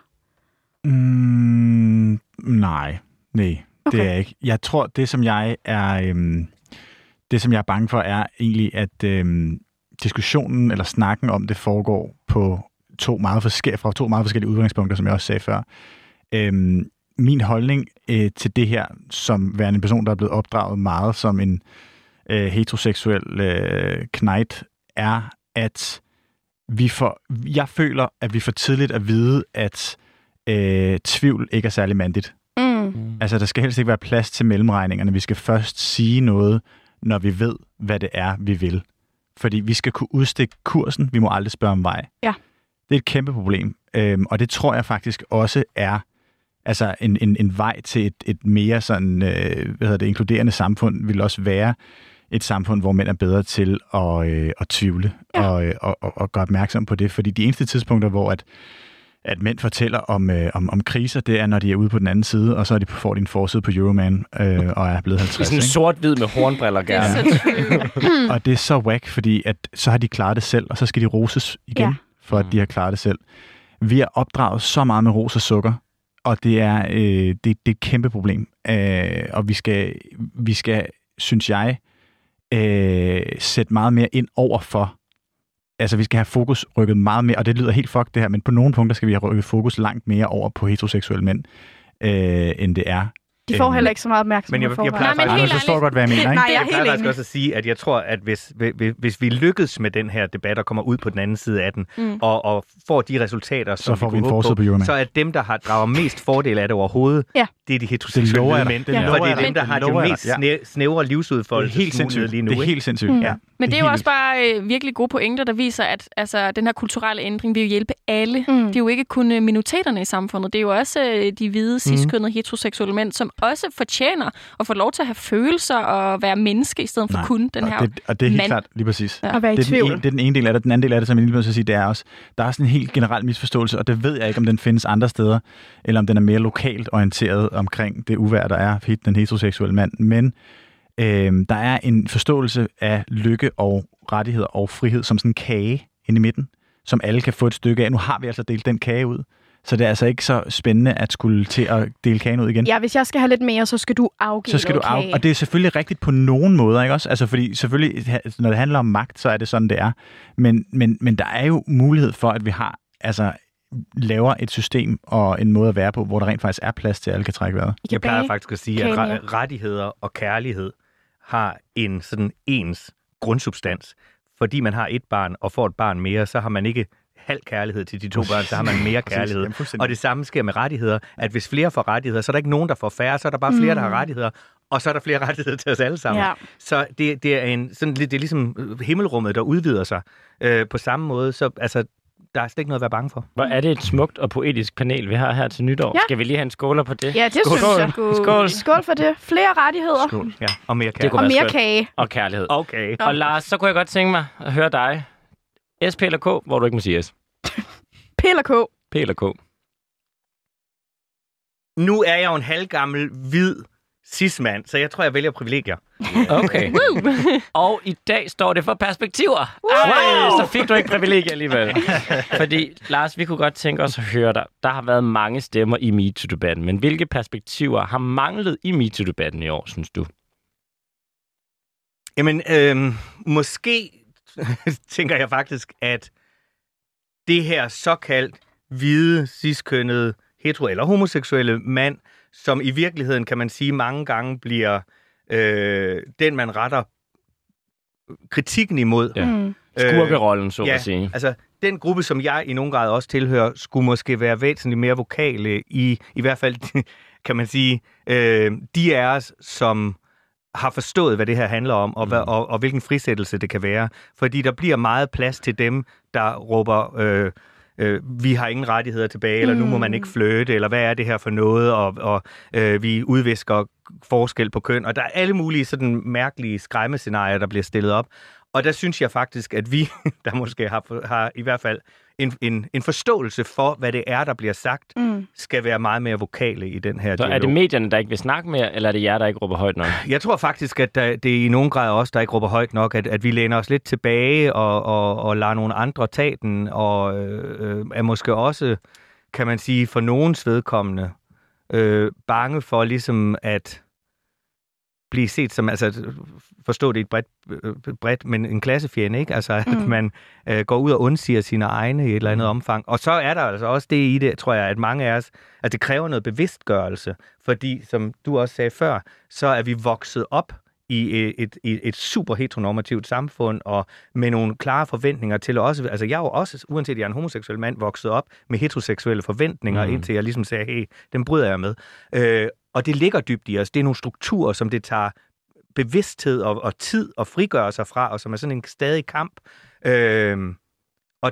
Mm, nej, nej, Okay. det er jeg ikke. Jeg tror, det som jeg er, øhm, det som jeg er bange for, er egentlig, at øhm, diskussionen eller snakken om det foregår på to meget forskellige, fra to meget forskellige udgangspunkter, som jeg også sagde før. Øhm, min holdning øh, til det her, som værende en person, der er blevet opdraget meget som en øh, heteroseksuel øh, knejt, er, at vi får, jeg føler, at vi for tidligt at vide, at øh, tvivl ikke er særlig mandigt. Mm. Altså, der skal helst ikke være plads til mellemregningerne. Vi skal først sige noget, når vi ved, hvad det er, vi vil. Fordi vi skal kunne udstikke kursen. Vi må aldrig spørge om vej. Ja. Det er et kæmpe problem. Øhm, og det tror jeg faktisk også er altså en, en, en vej til et, et mere sådan, øh, hvad hedder det, inkluderende samfund, vil også være et samfund, hvor mænd er bedre til at, øh, at tvivle Ja. og, øh, og, og, og gøre opmærksom på det. Fordi de eneste tidspunkter, hvor at at mænd fortæller om, øh, om, om kriser, det er, når de er ude på den anden side, og så er de får de en forside på Euroman, øh, og er blevet halvtreds. Sådan Ikke? sort-hvid med hornbriller Det er gerne. så true. Og det er så whack, fordi at, så har de klaret det selv, og så skal de roses igen, Ja. ja. for at de har klaret det selv. Vi er opdraget så meget med ros og sukker, og det er, øh, det, det er et kæmpe problem. Øh, og vi skal, vi skal, synes jeg, øh, sætte meget mere ind over for. Altså, vi skal have fokus rykket meget mere, og det lyder helt fucked det her, men på nogle punkter skal vi have rykket fokus langt mere over på heteroseksuelle mænd, øh, end det er. De får Øhm, heller ikke så meget opmærksomhed. Men jeg- jeg forvejen. plejer Nej, men Ej, helt nu forstår ærligt. godt, hvad jeg mener, ikke? Nej, jeg er Jeg helt plejer faktisk enig. også at sige, at jeg tror, at hvis, hvis, hvis vi lykkes med den her debat og kommer ud på den anden side af den, Mm. og, og får de resultater, som får vi kunne en håbe forside på Euroman. så er dem, der har drager mest fordel af det overhovedet, Ja. det er de Det heteroseksuelle lover jeg dig. mænd. Det Ja. lover For det jeg er dig. dem, der Det har de lover jeg mest dig. Ja. snæ- snævre Det er helt livsudfoldelsesmuligheder sindssygt. lige nu. Det er ikke? helt sindssygt. Mm. Ja. Men det er jo helt også bare øh, virkelig gode pointer, der viser, at altså, den her kulturelle ændring vil jo hjælpe alle. Mm. Det er jo ikke kun øh, minoriteterne i samfundet. Det er jo også øh, de hvide, cis-kønnede, heteroseksuelle mænd, som også fortjener at få lov til at have følelser og være menneske, i stedet for Nej, kun den her og det, og det er helt mand. klart, lige præcis. Ja. At være i Det er, den tvivl. ene, det er den ene del af det. Den anden del af det, som jeg lige vil sige, det er også, der er sådan en helt generel misforståelse, og det ved jeg ikke, om den findes andre steder, eller om den er mere lokalt orienteret omkring det uvejr, der er for den heteroseksuelle mand. Men øh, der er en forståelse af lykke og rettigheder og frihed som sådan en kage inde i midten, som alle kan få et stykke af. Nu har vi altså delt den kage ud, så det er altså ikke så spændende at skulle til at dele kagen ud igen. Ja, hvis jeg skal have lidt mere, så skal du afgive Så skal du noget af... kage. Og det er selvfølgelig rigtigt på nogen måder, ikke også? Altså, fordi selvfølgelig, når det handler om magt, så er det sådan, det er. Men, men, men der er jo mulighed for, at vi har, altså, laver et system og en måde at være på, hvor der rent faktisk er plads til, at alle kan trække vejret. Jeg plejer faktisk at sige, at Kage mere. re- rettigheder og kærlighed har en sådan ens grundsubstans. Fordi man har et barn og får et barn mere, så har man ikke halv kærlighed til de to børn, så har man mere kærlighed. Jamen, fuldstændig. Og det samme sker med rettigheder, at hvis flere får rettigheder, så er der ikke nogen, der får færre, så er der bare flere, der har rettigheder, og så er der flere rettigheder til os alle sammen. Ja. Så det, det, er en, sådan, det er ligesom himmelrummet, der udvider sig øh, på samme måde. Så altså, der er slet ikke noget at være bange for. Hvor er det et smukt og poetisk panel, vi har her til nytår. Ja. Skal vi lige have en skåler på det? Ja, det Skål. synes jeg. Skål. Skål. Skål for det. Flere rettigheder. Skål. Ja, og mere Det kærlighed. kunne Og være mere skønt. kage. Og kærlighed. Okay. Og Lars, så kunne jeg godt tænke mig at høre dig. S, P eller K, hvor du ikke må sige S. P eller K. P eller K. Nu er jeg jo en halvgammel, hvid cis-mand, så jeg tror, jeg vælger privilegier. Okay. Og i dag står det for perspektiver. Ej, så fik du ikke privilegier alligevel. Fordi, Lars, vi kunne godt tænke os at høre dig. Der har været mange stemmer i MeToo-debatten, men hvilke perspektiver har manglet i MeToo-debatten i år, synes du? Jamen, øhm, måske tænker jeg faktisk, at det her såkaldt hvide, cis-kønnede, hetero- eller homoseksuelle mand, som i virkeligheden, kan man sige, mange gange bliver øh, den, man retter kritikken imod. Ja. Mm. Skurkerollen, så ja, at sige. altså, den gruppe, som jeg i nogen grad også tilhører, skulle måske være væsentligt mere vokale i, i hvert fald, kan man sige, øh, de af os, som har forstået, hvad det her handler om, og, hvad, og, og hvilken frisættelse det kan være. Fordi der bliver meget plads til dem, der råber, øh, øh, vi har ingen rettigheder tilbage, eller nu må man ikke flytte, eller hvad er det her for noget, og, og øh, vi udvisker forskel på køn. Og der er alle mulige sådan mærkelige skræmmescenarier, der bliver stillet op. Og der synes jeg faktisk, at vi, der måske har, har i hvert fald en, en, en forståelse for, hvad det er, der bliver sagt, mm. skal være meget mere vokale i den her Så dialog. er det medierne, der ikke vil snakke mere, eller er det jer, der ikke råber højt nok? Jeg tror faktisk, at der, det er i nogen grad også, der ikke råber højt nok, at, at vi læner os lidt tilbage og, og, og lader nogle andre tage den, og øh, er måske også, kan man sige, for nogens vedkommende, øh, bange for ligesom at blive set som, altså forstå det i et bredt, bredt, men en klassefjende, ikke? Altså, mm. at man øh, går ud og undsiger sine egne i et eller andet omfang. Og så er der altså også det i det, tror jeg, at mange af os, at det kræver noget bevidstgørelse, fordi, som du også sagde før, så er vi vokset op i et, et, et, et super heteronormativt samfund, og med nogle klare forventninger til også, altså jeg er jo også, uanset at jeg er en homoseksuel mand, vokset op med heteroseksuelle forventninger, mm. indtil jeg ligesom sagde, hey, dem bryder jeg med. Øh, Og det ligger dybt i os. Det er nogle strukturer, som det tager bevidsthed og, og tid at frigøre sig fra, og som er sådan en stadig kamp. Øhm, og,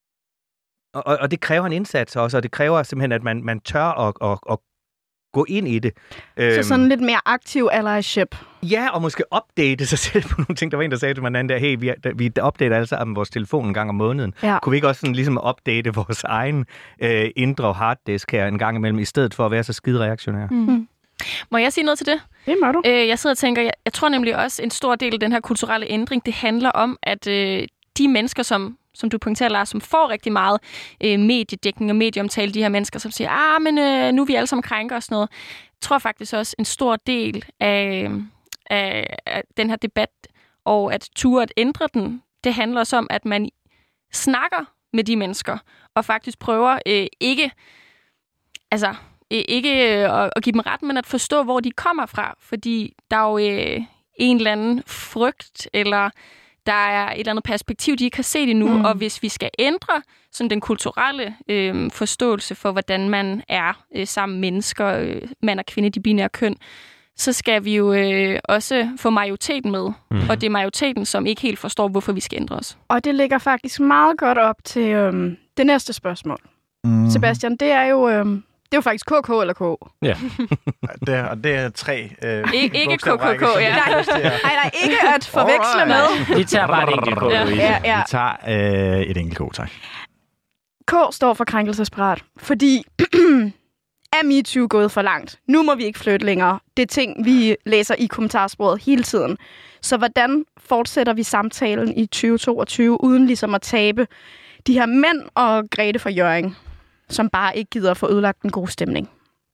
og, og det kræver en indsats også, og det kræver simpelthen, at man, man tør at, at, at gå ind i det. Så sådan lidt mere aktiv allyship. Ja, og måske opdate sig selv på nogle ting. Der var en, der sagde til mig anden der, hey, vi, vi opdater alle sammen vores telefon en gang om måneden. Ja. Kunne vi ikke også sådan ligesom opdate vores egen øh, indre harddisk her en gang imellem, i stedet for at være så skide reaktionær? Mm. Må jeg sige noget til det? Det må du. Øh, jeg sidder og tænker, jeg, jeg tror nemlig også, en stor del af den her kulturelle ændring, det handler om, at øh, de mennesker, som som du pointerer, Lars, som får rigtig meget øh, mediedækning og medieomtale, de her mennesker, som siger, ah, men øh, nu er vi alle sammen krænker og sådan noget. Jeg tror faktisk også, en stor del af, af, af den her debat, og at ture at ændre den, det handler også om, at man snakker med de mennesker, og faktisk prøver øh, ikke, altså, øh, ikke øh, at, at give dem ret, men at forstå, hvor de kommer fra. Fordi der er jo øh, en eller anden frygt, eller der er et eller andet perspektiv, de ikke har set endnu, mm. og hvis vi skal ændre sådan den kulturelle øh, forståelse for, hvordan man er øh, sammen mennesker, øh, mand og kvinde, de binære køn, så skal vi jo øh, også få majoriteten med. Mm. Og det er majoriteten, som ikke helt forstår, hvorfor vi skal ændre os. Og det ligger faktisk meget godt op til øh, det næste spørgsmål. Mm. Sebastian, det er jo... Øh, Det er jo faktisk K K eller K. Ja. det er, og det er tre øh, ikke, ikke K K K, ja. Nej, nej, ikke at forveksle med. Vi tager bare et enkelt K. Ja, ja. Vi tager øh, et enkelt K, tak. K står for krænkelsesparat, fordi er MeToo gået for langt? Nu må vi ikke flytte længere. Det er ting, vi læser i kommentarsporet hele tiden. Så hvordan fortsætter vi samtalen i tyve toogtyve, uden ligesom at tabe de her mænd og Grete fra Hjørring, som bare ikke gider at få ødelagt en god stemning?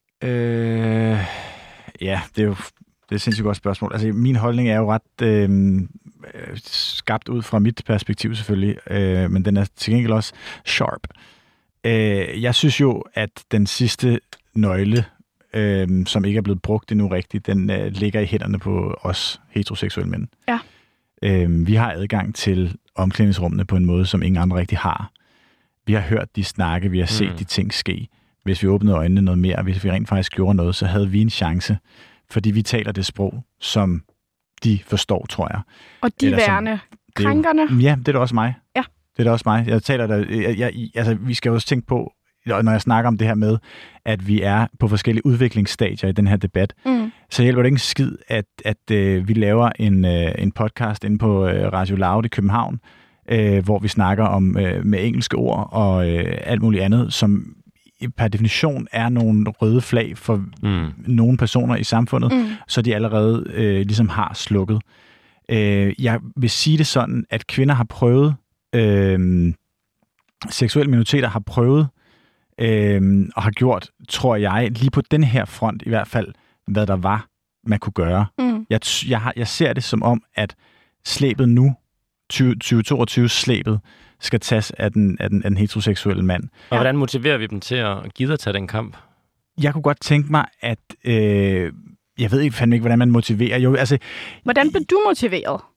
Øh, ja, det er jo det er et sindssygt godt spørgsmål. Altså, min holdning er jo ret øh, skabt ud fra mit perspektiv selvfølgelig, øh, men den er til gengæld også sharp. Øh, jeg synes jo, at den sidste nøgle, øh, som ikke er blevet brugt endnu rigtigt, den øh, ligger i hænderne på os heteroseksuelle mænd. Ja. Øh, vi har adgang til omklædningsrummene på en måde, som ingen andre rigtig har. Vi har hørt de snakke, vi har set mm. de ting ske. Hvis vi åbnede øjnene noget mere, hvis vi rent faktisk gjorde noget, så havde vi en chance, fordi vi taler det sprog, som de forstår, tror jeg. Og de værende krænkerne? Jo, ja, det er da også mig. Ja. Det er da også mig. Jeg taler der, jeg, jeg, altså, vi skal jo også tænke på, når jeg snakker om det her med, at vi er på forskellige udviklingsstadier i den her debat, mm. så hjælper det ikke en skid, at, at øh, vi laver en, øh, en podcast inde på øh, Radio Loud i København, øh, hvor vi snakker om øh, med engelske ord og øh, alt muligt andet, som per definition er nogle røde flag for mm. nogle personer i samfundet, mm. så de allerede øh, ligesom har slukket. Øh, jeg vil sige det sådan, at kvinder har prøvet, øh, seksuelle minoriteter har prøvet, øh, og har gjort, tror jeg, lige på den her front i hvert fald, hvad der var, man kunne gøre. Mm. Jeg, jeg, har, jeg ser det som om, at slæbet nu, tyve toogtyve-slæbet, skal tages af den, af, den, af den heteroseksuelle mand. Og hvordan motiverer vi dem til at gide at tage den kamp? Jeg kunne godt tænke mig, at... Øh, jeg ved ikke fandme ikke, hvordan man motiverer. Jo, altså, hvordan blev du motiveret?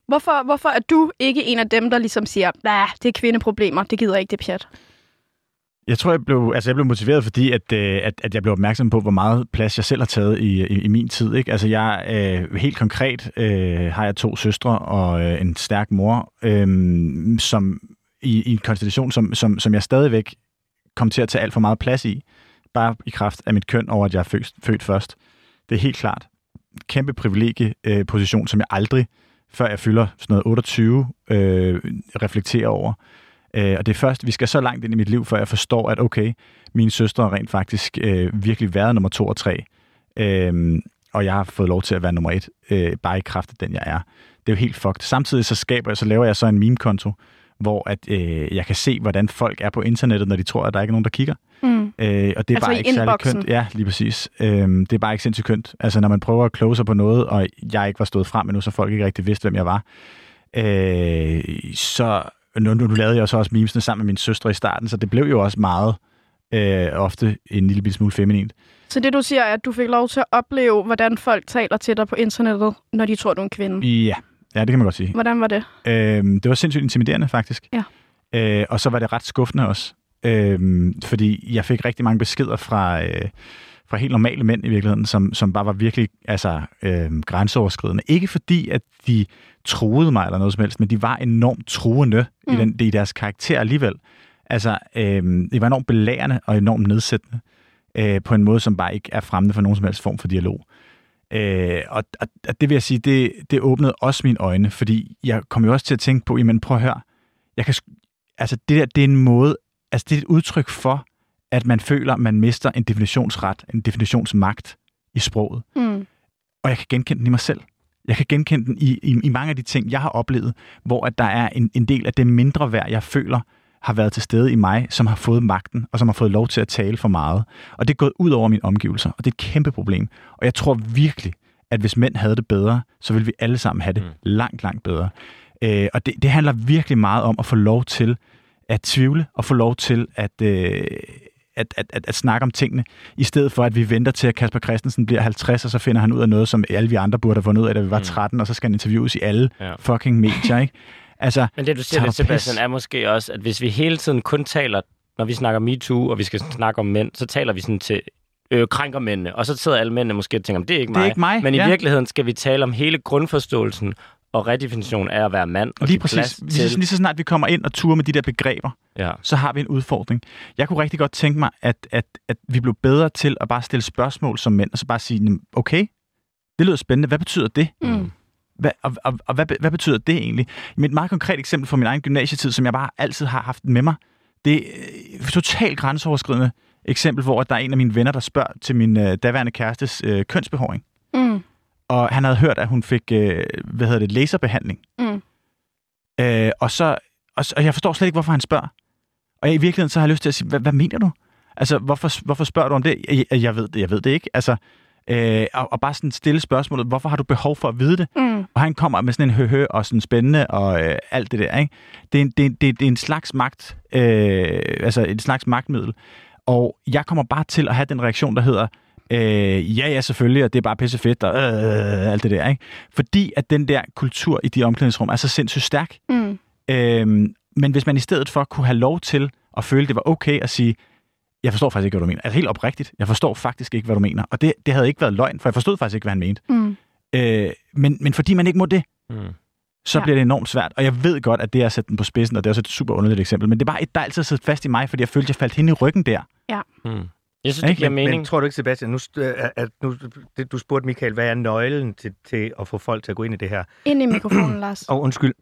Hvorfor, hvorfor er du ikke en af dem, der ligesom siger, nah, det er kvindeproblemer, det gider ikke, det pjat? Jeg tror, jeg blev, altså jeg blev motiveret, fordi at, at, at jeg blev opmærksom på, hvor meget plads jeg selv har taget i, i, i min tid. Ikke? Altså jeg, øh, helt konkret øh, har jeg to søstre og øh, en stærk mor, øh, som i, i en konstitution, som, som, som jeg stadigvæk kom til at tage alt for meget plads i, bare i kraft af mit køn over, at jeg er født, født først. Det er helt klart kæmpe privilegieposition, øh, som jeg aldrig, før jeg fylder sådan noget otteogtyve, øh, reflekterer over. Øh, og det er først, vi skal så langt ind i mit liv, før jeg forstår, at okay, mine søstre har rent faktisk øh, virkelig været nummer to og tre. Øh, og jeg har fået lov til at være nummer et, øh, bare i kraft af den, jeg er. Det er jo helt fucked. Samtidig så skaber jeg, så laver jeg så en meme-konto, hvor at, øh, jeg kan se, hvordan folk er på internettet, når de tror, at der ikke er nogen, der kigger. Mm. Øh, og det er altså bare ikke særlig kønt. Ja, lige præcis. Øh, det er bare ikke sindssygt kønt. Altså, når man prøver at close på noget, og jeg ikke var stået frem endnu, så folk ikke rigtig vidste, hvem jeg var, øh, så Nu, nu lavede jeg så også memesene sammen med min søstre i starten, så det blev jo også meget øh, ofte en lille smule feminint. Så det, du siger, er, at du fik lov til at opleve, hvordan folk taler til dig på internettet, når de tror, du er en kvinde? Ja, ja det kan man godt sige. Hvordan var det? Øh, det var sindssygt intimiderende, faktisk. Ja. Øh, og så var det ret skuffende også. Øh, fordi jeg fik rigtig mange beskeder fra, øh, fra helt normale mænd i virkeligheden, som, som bare var virkelig altså, øh, grænseoverskridende. Ikke fordi, at de truede mig eller noget som helst, men de var enormt truende mm. i, den, i deres karakter alligevel. Altså, øh, det var enormt belærende og enormt nedsættende øh, på en måde, som bare ikke er fremmende for nogen som helst form for dialog. Øh, og, og, og det vil jeg sige, det, det åbnede også mine øjne, fordi jeg kom jo også til at tænke på, jamen prøv at høre, jeg kan, altså det der, det er en måde, altså det er et udtryk for, at man føler, at man mister en definitionsret, en definitionsmagt i sproget. Mm. Og jeg kan genkende den i mig selv. Jeg kan genkende den i, i, i mange af de ting, jeg har oplevet, hvor at der er en, en del af det mindre værd, jeg føler, har været til stede i mig, som har fået magten, og som har fået lov til at tale for meget. Og det er gået ud over mine omgivelser, og det er et kæmpe problem. Og jeg tror virkelig, at hvis mænd havde det bedre, så ville vi alle sammen have det mm. langt, langt bedre. Øh, og det, det handler virkelig meget om at få lov til at tvivle, og få lov til at... Øh, At, at, at, at snakke om tingene, i stedet for, at vi venter til, at Kasper Christensen bliver halvtreds, og så finder han ud af noget, som alle vi andre burde have fundet ud af, da vi var tretten, og så skal han interviews i alle ja. fucking medier, ikke? Altså, men det, du siger, det, Sebastian, er måske også, at hvis vi hele tiden kun taler, når vi snakker MeToo, og vi skal snakke om mænd, så taler vi sådan til øh, krænker mændene, og så sidder alle mændene måske og tænker, det er ikke mig. Det er ikke mig. Men ja. i virkeligheden skal vi tale om hele grundforståelsen og redefinitionen af at være mand. Og lige præcis. Lige så, lige så snart vi kommer ind og turer med de der begreber, ja. så har vi en udfordring. Jeg kunne rigtig godt tænke mig, at, at, at vi blev bedre til at bare stille spørgsmål som mænd, og så bare sige, okay, det lyder spændende, hvad betyder det? Mm. Hvad, og og, og hvad, hvad betyder det egentlig? Et meget konkret eksempel fra min egen gymnasietid, som jeg bare altid har haft med mig, det er et totalt grænseoverskridende eksempel, hvor der er en af mine venner, der spørger til min øh, daværende kærestes øh, kønsbehåring. Mm. Og han havde hørt, at hun fik, øh, hvad hedder det, laserbehandling. Mm. Øh, og, så, og, og jeg forstår slet ikke, hvorfor han spørger. Og jeg, i virkeligheden så har jeg lyst til at sige, hvad, hvad mener du? Altså, hvorfor, hvorfor spørger du om det? Jeg, jeg, ved det, jeg ved det ikke. Altså, øh, og, og bare sådan stille spørgsmålet, hvorfor har du behov for at vide det? Mm. Og han kommer med sådan en høhø og sådan spændende og øh, alt det der, ikke? Det er, det, det, det er en slags magt, øh, altså et slags magtmiddel. Og jeg kommer bare til at have den reaktion, der hedder, Øh, ja, ja, selvfølgelig, og det er bare pisse fedt, og øh, alt det der, ikke? Fordi at den der kultur i de omklædningsrum er så sindssygt stærk. Mm. Øh, men hvis man i stedet for kunne have lov til at føle, det var okay at sige, jeg forstår faktisk ikke, hvad du mener. Altså helt oprigtigt, jeg forstår faktisk ikke, hvad du mener. Og det, det havde ikke været løgn, for jeg forstod faktisk ikke, hvad han mente. Mm. Øh, men, men fordi man ikke må det, mm. så ja. bliver det enormt svært. Og jeg ved godt, at det er at sætte den på spidsen, og det er også et super underligt eksempel, men det er bare et, der altid siddet fast i mig, fordi jeg følte, jeg faldt hende i ryggen der. Ja. Mm. Jeg synes, det giver mening. Men tror du ikke, Sebastian, nu, at nu, det, du spurgte Michael, hvad er nøglen til, til at få folk til at gå ind i det her? Ind i mikrofonen, Lars. Og oh, undskyld.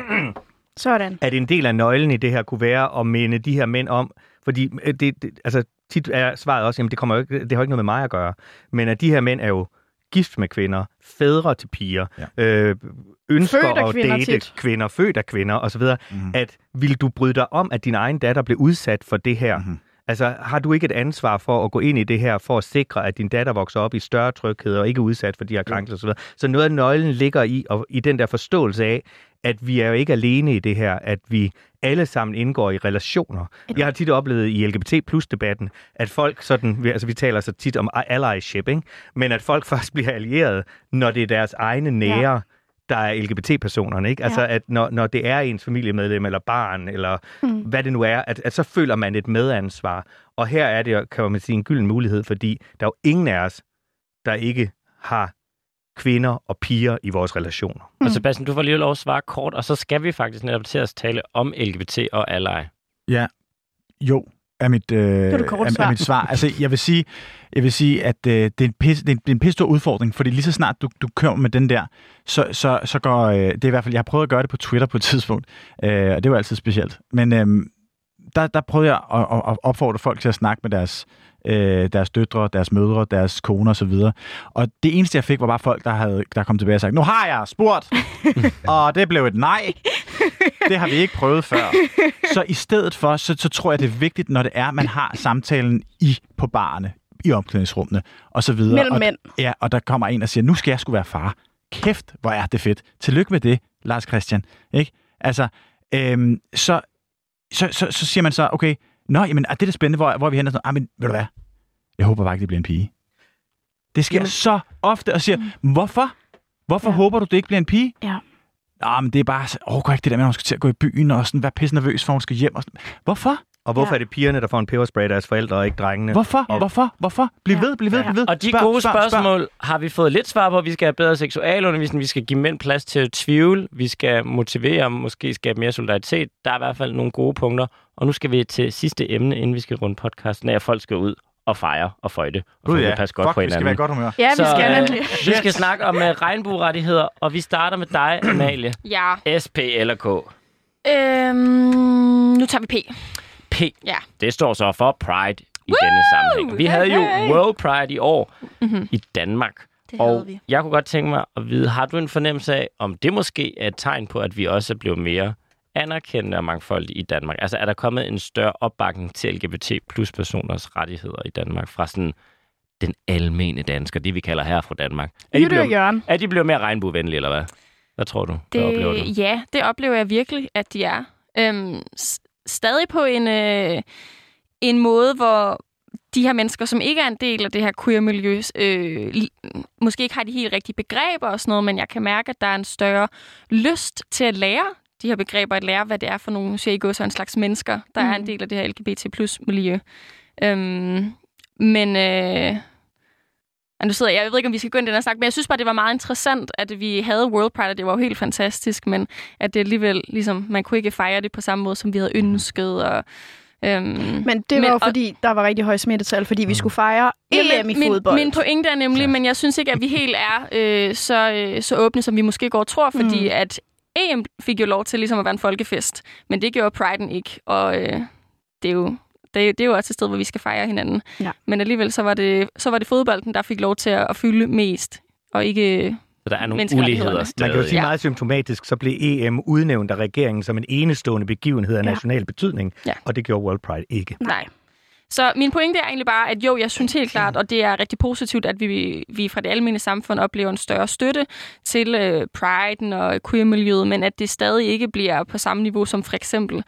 Sådan. At en del af nøglen i det her kunne være at minde de her mænd om, fordi det, det, altså, tit er svaret også, jamen det, kommer jo ikke, det har ikke noget med mig at gøre, men at de her mænd er jo gift med kvinder, fædre til piger, ja. øh, ønsker at date tit. kvinder, født af kvinder osv., mm-hmm. at vil du bryde dig om, at din egen datter blev udsat for det her? Mm-hmm. Altså, har du ikke et ansvar for at gå ind i det her, for at sikre, at din datter vokser op i større tryghed og ikke udsat for de her krænkelser osv.? Så noget af nøglen ligger i, og i den der forståelse af, at vi er jo ikke alene i det her, at vi alle sammen indgår i relationer. Jeg har tit oplevet i L G B T plus debatten, at folk sådan, altså vi taler så tit om allyship, ikke? Men at folk først bliver allieret, når det er deres egne nære, der er L G B T-personerne, ikke? Altså, Ja. at når, når det er ens familiemedlem eller barn, eller mm. hvad det nu er, at, at så føler man et medansvar. Og her er det, kan man sige, en gylden mulighed, fordi der er jo ingen af os, der ikke har kvinder og piger i vores relationer. Og Sebastian, du får lige lov at svare kort, og så skal vi faktisk netop til at tale om L G B T og ally. Ja, jo, er mit, øh, det korte er, svar. er mit svar. Altså, jeg vil sige, jeg vil sige at øh, det, er en pis, det, er en, det er en pisse stor udfordring, fordi lige så snart du, du kører med den der, så, så, så går, øh, det er i hvert fald, jeg har prøvet at gøre det på Twitter på et tidspunkt, øh, og det var altid specielt. Men øh, der, der prøvede jeg at, at opfordre folk til at snakke med deres, øh, deres døtre, deres mødre, deres koner osv. Og det eneste, jeg fik, var bare folk, der, havde, der kom tilbage og sagt, nu har jeg spurgt, og det blev et nej. Det har vi ikke prøvet før. Så i stedet for, så, så tror jeg, det er vigtigt, når det er, man har samtalen i på barne, i omklædningsrummene og så videre. Mellem og, mænd. Ja, og der kommer en og siger, nu skal jeg sgu være far. Kæft, hvor er det fedt. Tillykke med det, Lars Christian. Ikke? Altså, øhm, så, så, så, så siger man så, okay, nå, jamen, er det det spændende, hvor, hvor vi hen og sådan, ah, men ved du hvad? Jeg håber bare ikke, det bliver en pige. Det sker jamen. så ofte, og siger, hvorfor? Hvorfor ja. håber du, det ikke bliver en pige? Ja. Nå, men det er bare, så, åh, ikke det der med, at hun skal til at gå i byen og sådan være pisse nervøs, for hun skal hjem. Og sådan. Hvorfor? Og hvorfor Ja. er det pigerne, der får en peberspray af deres forældre, og ikke drengene? Hvorfor? Og... Hvorfor? Hvorfor? Bliv Ja. ved, bliv ved, bliv ved. Og de Spørg, gode spørg, spørgsmål spørg. har vi fået lidt svar på. Vi skal have bedre seksualundervisning, vi skal give mænd plads til at tvivle, vi skal motivere, måske skabe mere solidaritet. Der er i hvert fald nogle gode punkter. Og nu skal vi til sidste emne, inden vi skal runde podcasten af, at folk skal ud og fejre og føjte. Og Gud, få ja. det passe godt Fuck, på vi skal hinanden. være i godt humør. Ja, vi Så, skal øh, nemlig. Vi skal snakke om uh, regnbuerettigheder, og vi starter med dig, Amalie. Ja. S, P eller K? Øhm, nu tager vi P. P. Ja. Det står så for Pride i Woo! Denne sammenhæng. Vi havde jo Hey! World Pride i år Mm-hmm. i Danmark. Det Og havde vi. jeg kunne godt tænke mig at vide, har du en fornemmelse af, om det måske er et tegn på, at vi også er blevet mere anerkendende og mangfoldige i Danmark? Altså er der kommet en større opbakning til L G B T plus personers rettigheder i Danmark fra sådan den almene dansker, det vi kalder her fra Danmark? Er de, Jytte og blevet, Jørgen. er de blevet mere regnbuevenlige, eller hvad? Hvad tror du? Hvad oplever du? Det, ja, det oplever jeg virkelig, at de er. Øhm, s- stadig på en, øh, en måde, hvor de her mennesker, som ikke er en del af det her queer-miljø, øh, li- måske ikke har de helt rigtige begreber og sådan noget, men jeg kan mærke, at der er en større lyst til at lære de her begreber, at lære, hvad det er for nogle, nu siger jeg, så en slags mennesker, der mm. er en del af det her L G B T plus miljø. Øhm, men... Øh, Ja, nu sidder jeg, jeg ved ikke, om vi skal gå ind i den her snak, men jeg synes bare, det var meget interessant, at vi havde World Pride, og det var jo helt fantastisk, men at det alligevel, ligesom, man kunne ikke fejre det på samme måde, som vi havde ønsket. Og, øhm, Men det var jo fordi, der var rigtig høj smittetal, fordi vi skulle fejre E M i min, fodbold. Min pointe er nemlig, ja. men jeg synes ikke, at vi helt er øh, så, øh, så åbne, som vi måske går og tror, fordi mm. at E M fik jo lov til ligesom at være en folkefest, men det gjorde Pride'en ikke, og øh, det er jo... Det er, det er jo også et sted, hvor vi skal fejre hinanden. Ja. Men alligevel, så var, det, så var det fodbolden, der fik lov til at, at fylde mest, og ikke Så der er nogle menneskerettighederne. uligheder Man stadig. kan jo sige Ja. meget symptomatisk, så blev E M udnævnt af regeringen som en enestående begivenhed af Ja. national betydning, Ja. og det gjorde World Pride ikke. Nej. Så min pointe er egentlig bare, at jo, jeg synes helt klart, og det er rigtig positivt, at vi, vi fra det almindelige samfund oplever en større støtte til uh, Pride'en og queer-miljøet, men at det stadig ikke bliver på samme niveau som for eksempel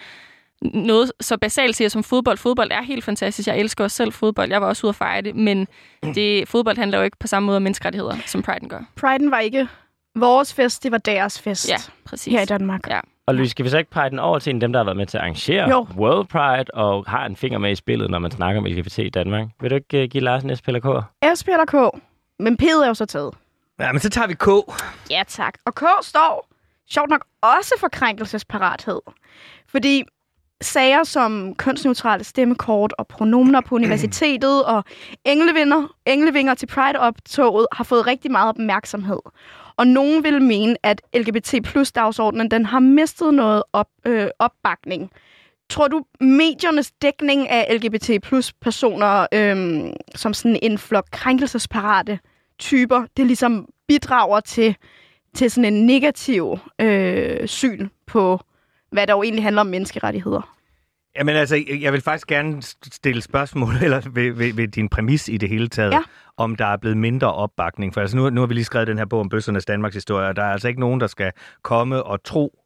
noget så basalt siger som fodbold. Fodbold er helt fantastisk. Jeg elsker også selv fodbold. Jeg var også ude at fejre det, men det, fodbold handler jo ikke på samme måde om menneskerettigheder, som Pride'en gør. Pride'en var ikke vores fest, det var deres fest Ja, præcis. her i Danmark. Ja. Og Louise, skal vi så ikke pege den over til en af dem, der har været med til at arrangere Jo. World Pride og har en finger med i spillet, når man snakker om L G B T i Danmark? Vil du ikke uh, give Lars en S, P eller K? S, P eller K. Men P'et er jo så taget. Ja, men så tager vi K. Ja, tak. Og K står sjovt nok også for krænkelsesparathed. Fordi sager som kønsneutrale stemmekort og pronomener på universitetet og englevinger, englevinger til Pride-optoget har fået rigtig meget opmærksomhed. Og nogen vil mene, at L G B T plus dagsordenen den har mistet noget op, øh, opbakning. Tror du, mediernes dækning af L G B T plus personer øh, som sådan en flok krænkelsesparate typer, det ligesom bidrager til, til sådan en negativ øh, syn på, hvad der jo egentlig handler om menneskerettigheder? Jamen altså, jeg vil faktisk gerne stille spørgsmål eller ved, ved, ved din præmis i det hele taget, Ja. om der er blevet mindre opbakning. For altså, nu, nu har vi lige skrevet den her bog om bøssernes Danmarks historie, og der er altså ikke nogen, der skal komme og tro,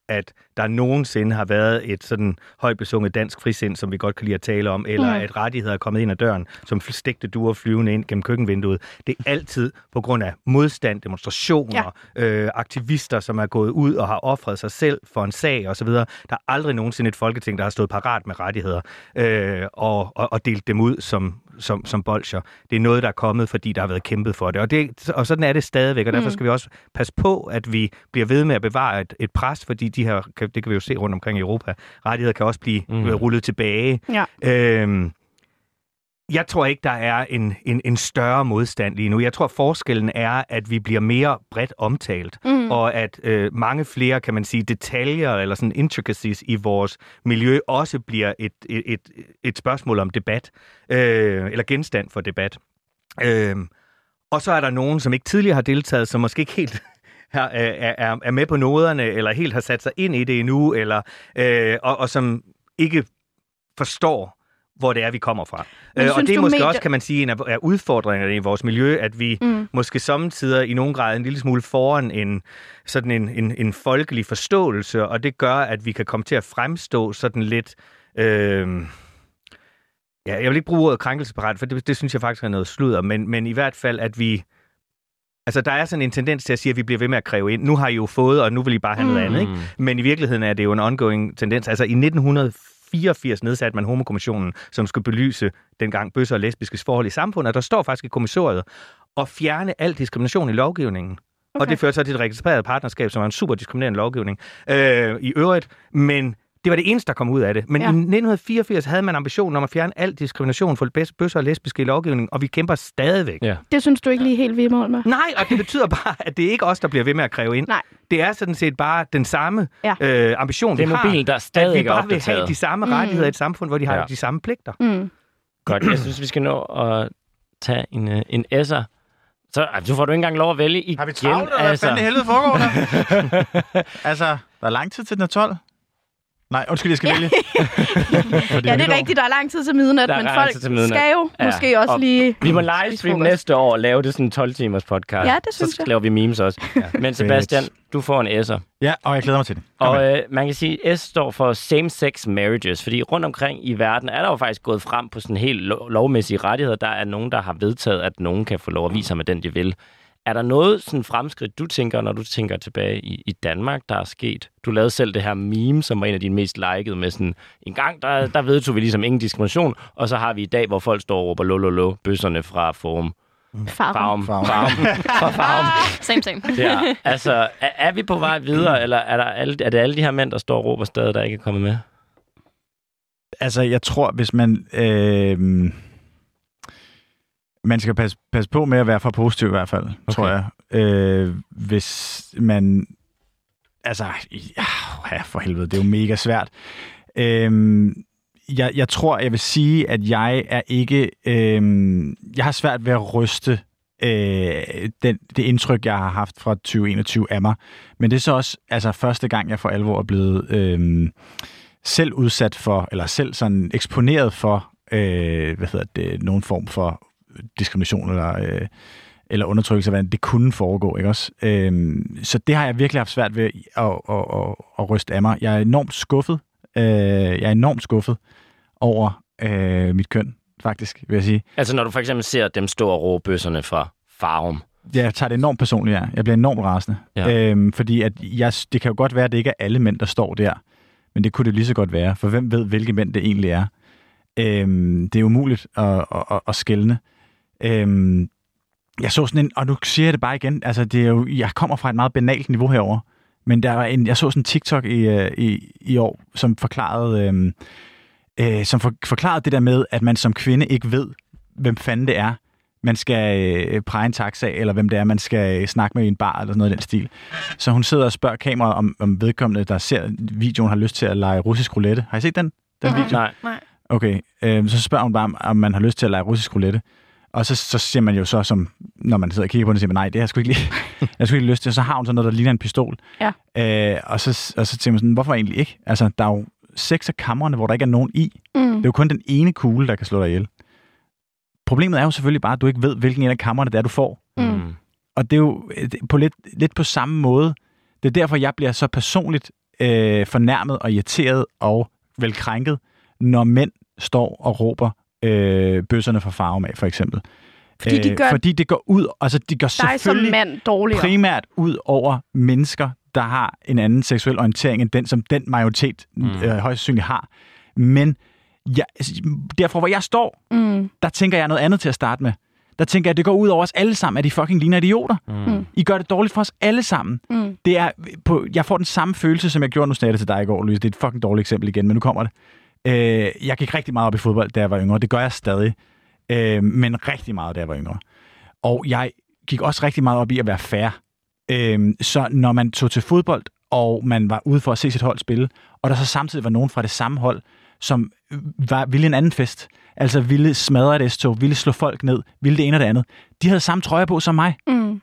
at der nogensinde har været et sådan højt besunget dansk frisind, som vi godt kan lide at tale om, eller mm. at rettigheder er kommet ind ad døren, som stegte duer flyvende ind gennem køkkenvinduet. Det er altid på grund af modstand, demonstrationer, ja. øh, aktivister, som er gået ud og har offret sig selv for en sag osv. Der er aldrig nogensinde et folketing, der har stået parat med rettigheder øh, og, og, og delt dem ud som, som, som bolsjer. Det er noget, der er kommet, fordi der har været kæmpet for det. Og, det, og sådan er det stadigvæk, og derfor skal vi også passe på, at vi bliver ved med at bevare et, et pres, fordi de her, det kan vi jo se rundt omkring i Europa, rettigheder kan også blive mm. rullet tilbage. Ja. Øhm, jeg tror ikke, der er en, en, en større modstand lige nu. Jeg tror, forskellen er, at vi bliver mere bredt omtalt, mm. og at øh, mange flere, kan man sige, detaljer eller sådan intricacies i vores miljø også bliver et, et, et, et spørgsmål om debat, øh, eller genstand for debat. Øh, og så er der nogen, som ikke tidligere har deltaget, som måske ikke helt her, er, er, er med på noderne, eller helt har sat sig ind i det endnu, eller, øh, og, og som ikke forstår, hvor det er, vi kommer fra. Øh, og det er måske med... også, kan man sige, en af, af udfordringerne i vores miljø, at vi mm. måske samtidig i nogen grad en lille smule foran en, sådan en, en, en folkelig forståelse, og det gør, at vi kan komme til at fremstå sådan lidt... Øh, ja, jeg vil ikke bruge ordet krænkelsesparat, for det, det synes jeg faktisk er noget sludder, men, men i hvert fald, at vi... Altså, der er sådan en tendens til at sige, at vi bliver ved med at kræve ind. Nu har I jo fået, og nu vil I bare have mm. noget andet, ikke? Men i virkeligheden er det jo en ongoing tendens. Altså, i nitten fireogfirs nedsatte man Homokommissionen, som skulle belyse dengang bøsser og lesbiske forhold i samfundet, og der står faktisk i kommissoriet at fjerne al diskrimination i lovgivningen. Okay. Og det førte så til et registreret partnerskab, som var en super diskriminerende lovgivning øh, i øvrigt, men det var det eneste, der kom ud af det. Men ja. i nitten fireogfirs havde man ambitionen om at fjerne al diskrimination for bøsser og lesbiske i lovgivningen, og vi kæmper stadigvæk. Ja. Det synes du ikke lige helt ved mål med? Nej, og det betyder bare, at det er ikke os, der bliver ved med at kræve ind. Nej. Det er sådan set bare den samme ja. øh, ambition, det er vi har. mobilen, der stadig at vi bare vil have de samme rettigheder mm. i et samfund, hvor de har ja. de samme pligter. Mm. Godt, jeg synes, vi skal nå at tage en, en S'er. Så altså, får du ikke engang lov at vælge igen. Har vi travlt, eller altså. Hvad fanden i helvede foregår der? Altså, der er lang tid til den er tolv. Nej, undskyld, jeg skal vælge. Ja, det er rigtigt, der er lang tid til midnat, men folk skal jo ja. måske også og lige... Vi må livestream næste år og lave det sådan en tolv-timers podcast. Ja, det synes så jeg. Så laver vi memes også. Ja. Men Sebastian, du får en S'er. Ja, og jeg glæder mig til det. Kom og øh, man kan sige, at S står for same-sex marriages, fordi rundt omkring i verden er der jo faktisk gået frem på sådan helt lo- lovmæssige rettigheder. Der er nogen, der har vedtaget, at nogen kan få lov at vise sig med den, de vil. Er der noget sådan fremskridt, du tænker, når du tænker tilbage i, i Danmark, der er sket? Du lavede selv det her meme, som var en af dine mest likede med sådan, en gang, der, der vedtog vi ligesom ingen diskrimination, og så har vi i dag, hvor folk står og råber lo, lo, lo, bøsserne fra Forum. Farm. Farm. Farm. Fra Farm. Same, same. Ja, altså, er, er vi på vej videre, eller er, der alle, er det alle de her mænd, der står og råber stadig, der ikke er kommet med? Altså, jeg tror, hvis man... Øh... Man skal passe, passe på med at være for positiv i hvert fald, okay. tror jeg. Øh, hvis man... Altså, ja, for helvede, det er jo mega svært. Øh, jeg, jeg tror, jeg vil sige, at jeg er ikke... Øh, jeg har svært ved at ryste øh, den, det indtryk, jeg har haft fra tyve enogtyve af mig. Men det er så også altså, første gang, jeg for alvor er blevet øh, selv udsat for, eller selv sådan eksponeret for, øh, hvad hedder det, nogen form for diskrimination eller, øh, eller undertrykkelse, hvordan det kunne foregå, ikke også? Øhm, så det har jeg virkelig haft svært ved at, at, at, at ryste af mig. Jeg er enormt skuffet. Øh, jeg er enormt skuffet over øh, mit køn, faktisk, vil jeg sige. Altså når du for eksempel ser dem stå og råbe bøsserne fra Farum. Jeg tager det enormt personligt, ja. Jeg bliver enormt rasende. Ja. Øhm, fordi at jeg, det kan jo godt være, at det ikke er alle mænd, der står der. Men det kunne det lige så godt være. For hvem ved, hvilke mænd det egentlig er? Øhm, det er umuligt at, at, at skelne. Øhm, jeg så sådan en, og nu siger jeg det bare igen, altså det er jo, jeg kommer fra et meget banalt niveau herover, men der var en, jeg så sådan en TikTok i, i, i år, som forklarede, øhm, øh, som for, forklarede det der med, at man som kvinde ikke ved, hvem fanden det er, man skal øh, præge en taxa, eller hvem det er, man skal snakke med i en bar, eller sådan noget i den stil. Så hun sidder og spørger kameraet, om, om vedkommende, der ser videoen, har lyst til at lege russisk roulette. Har I set den, den uh-huh. video? Nej. Nej. Okay, øh, så spørger hun bare, om man har lyst til at lege russisk roulette. Og så, så siger man jo så, som, når man sidder og kigger på den, siger man, nej, det har jeg sgu ikke lige, jeg sgu ikke lyst til. Og så har hun sådan noget, der ligner en pistol. Ja. Øh, og, så, og så tænker man sådan, hvorfor egentlig ikke? Altså, der er jo seks af kamrene, hvor der ikke er nogen i. Mm. Det er jo kun den ene kugle, der kan slå dig ihjel. Problemet er jo selvfølgelig bare, at du ikke ved, hvilken en af kamrene det er, du får. Mm. Og det er jo på lidt, lidt på samme måde. Det er derfor, jeg bliver så personligt øh, fornærmet og irriteret og vel krænket, når mænd står og råber øh, bøsserne fra Farum af, for eksempel. Fordi, de gør, øh, fordi det går ud, altså de går dig som selvfølgelig mand dårligere. primært ud over mennesker, der har en anden seksuel orientering end den, som den majoritet mm. øh, højst sandsynligt har. Men ja, derfra, hvor jeg står, mm. der tænker jeg noget andet til at starte med. Der tænker jeg, at det går ud over os alle sammen, at I fucking ligner idioter. Mm. I gør det dårligt for os alle sammen. Mm. Det er på, jeg får den samme følelse, som jeg gjorde, nu snakkede til dig i går, Louise. Det er et fucking dårligt eksempel igen, men nu kommer det. Øh, jeg gik rigtig meget op i fodbold, da jeg var yngre. Det gør jeg stadig. Øh, men rigtig meget, da jeg var yngre. Og jeg gik også rigtig meget op i at være fair. Øh, så når man tog til fodbold, og man var ude for at se sit hold spille, og der så samtidig var nogen fra det samme hold, som var, ville en anden fest, altså ville smadre et S-tog, ville slå folk ned, ville det ene og det andet. De havde samme trøjer på som mig. Mm.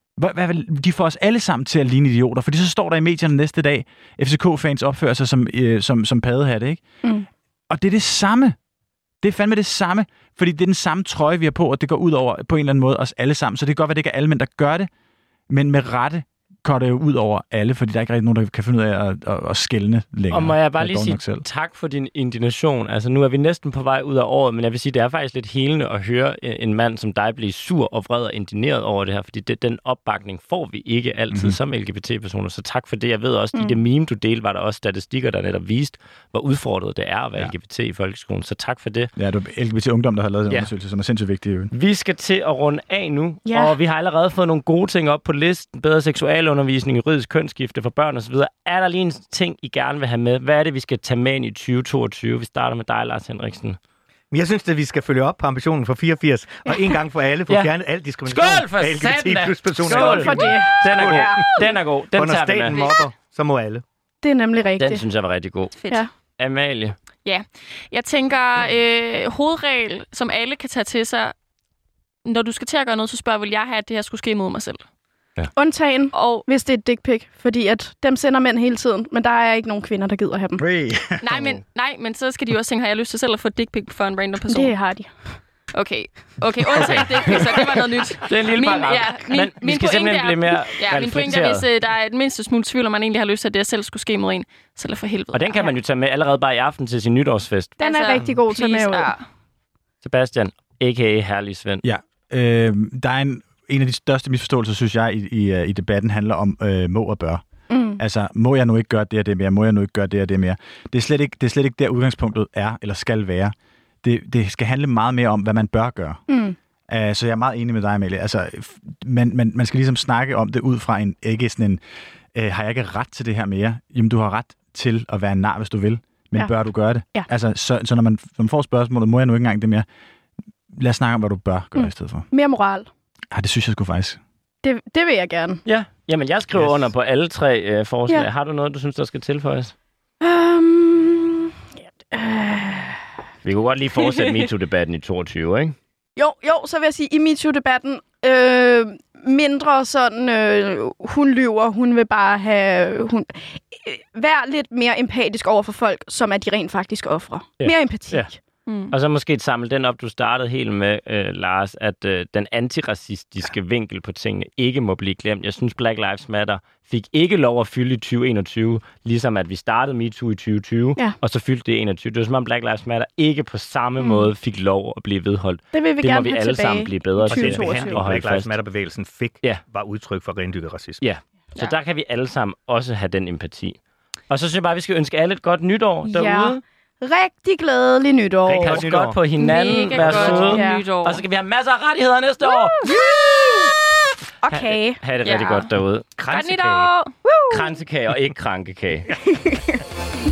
De får os alle sammen til at ligne idioter, fordi så står der i medierne næste dag, F C K-fans opfører sig som, øh, som, som paddehatte, ikke? Mm. Og det er det samme. Det er fandme det samme, fordi det er den samme trøje, vi har på, og det går ud over på en eller anden måde os alle sammen. Så det kan godt være, det ikke er alle mænd, der gør det, men med rette går det jo ud over alle, fordi der er ikke rigtig nogen, der kan finde ud af at, at, at skelne længere. Og må jeg bare lige sige tak for din indignation. Altså, nu er vi næsten på vej ud af året, men jeg vil sige, det er faktisk lidt helende at høre en mand som dig blive sur og vred og indigneret over det her, fordi det, den opbakning får vi ikke altid mm-hmm. som L G B T-personer. Så tak for det. Jeg ved også, at mm. i det meme, du delte, var der også statistikker, der netop viste, hvor udfordret det er at være ja. L G B T i folkeskolen. Så tak for det. Ja, det er L G B T-ungdom, der har lavet den ja. undersøgelse, som er sindssygt vigtig. Vi skal til at runde af nu, ja. og vi har allerede fået nogle gode ting op på listen. Bedre seksualundervisning, juridisk kønsskifte for børn osv. Er der lige en ting, I gerne vil have med? Hvad er det, vi skal tage med ind i tyve toogtyve? Vi starter med dig, Lars Henriksen. Jeg synes, at vi skal følge op på ambitionen for fireogfirs, og en gang for alle få ja. fjernet alt diskrimination. Skål for satan! Skål for det! Den er god. Den er god. Den og når tager staten vi med. mobber, så må alle. Det er nemlig rigtigt. Den synes jeg var rigtig god. Fedt. Ja. Amalie. Ja, jeg tænker, øh, hovedregel, som alle kan tage til sig, når du skal til at gøre noget, så spørger, vil jeg have, at det her skulle ske mod mig selv? Ja. Undtagen, og hvis det er et dick pic, fordi at dem sender mænd hele tiden, men der er ikke nogen kvinder, der gider have dem. nej, men, nej, men så skal de også tænke, har jeg lyst til selv at få et dick pic for en random person? Det har de. Okay, okay, undtagen dick pic, så det var noget nyt. Det er en lille min, paragraf. Ja, min, men min vi skal simpelthen er, blive mere ja, min pointe er, hvis uh, der er et mindste smule tvivl, om man egentlig har lyst til, at det selv skulle ske mod en, så lad for helvede. Og den kan man jo tage med allerede bare i aften til sin nytårsfest. Den altså, er rigtig god til med ud. Ja. Sebastian, a k a. Herlig Svend. Ja, øh, der er en En af de største misforståelser, synes jeg, i, i, i debatten handler om øh, må og bør. Mm. Altså, må jeg nu ikke gøre det og det mere? Må jeg nu ikke gøre det og det mere? Det er slet ikke, det er slet ikke der, udgangspunktet er, eller skal være. Det, det skal handle meget mere om, hvad man bør gøre. Mm. Uh, så jeg er meget enig med dig, Amalie. Altså, man, man, man skal ligesom snakke om det ud fra en, ikke sådan en, uh, har jeg ikke ret til det her mere? Jamen, du har ret til at være en nar, hvis du vil. Men ja. bør du gøre det? Ja. Altså, så, så når man, når man får spørgsmålet, må jeg nu ikke engang det mere? Lad os snakke om, hvad du bør gøre mm. i stedet for. Mere moral. Ja, det synes jeg sgu faktisk. Det, det vil jeg gerne. Ja, jamen jeg skriver yes. under på alle tre øh, forslag. Ja. Har du noget, du synes, der skal tilføjes? Um, øh... Vi kunne godt lige fortsætte MeToo-debatten i toogtyve, ikke? Jo, jo, så vil jeg sige, i MeToo-debatten, øh, mindre sådan, øh, hun lyver, hun vil bare have... Hun, øh, vær lidt mere empatisk over for folk, som er de rent faktisk ofre. Ja. Mere empati. Ja. Mm. Og så måske samle den op, du startede helt med, øh, Lars, at øh, den antiracistiske ja. vinkel på tingene ikke må blive glemt. Jeg synes, Black Lives Matter fik ikke lov at fylde i tyve enogtyve, ligesom at vi startede MeToo i tyve tyve, ja. og så fyldte det i enogtyve. Det var som om Black Lives Matter ikke på samme mm. måde fik lov at blive vedholdt. Det vil vi det gerne må vi alle sammen blive bedre til. Og den behandling, Black Lives Matter-bevægelsen fik, ja. var udtryk for rendyrket racisme. Ja, så ja. der kan vi alle sammen også have den empati. Og så synes jeg bare, at vi skal ønske alle et godt nytår derude. Ja. Rigtig glædelig nytår. Rigtig godt, nytår. Godt på hinanden. Vær søde. Ja. Og så skal vi have masser af rettigheder næste år. Okay. Ha, ha det rigtig ja. godt derude. Kransekage. Kransekage og ikke krankekage.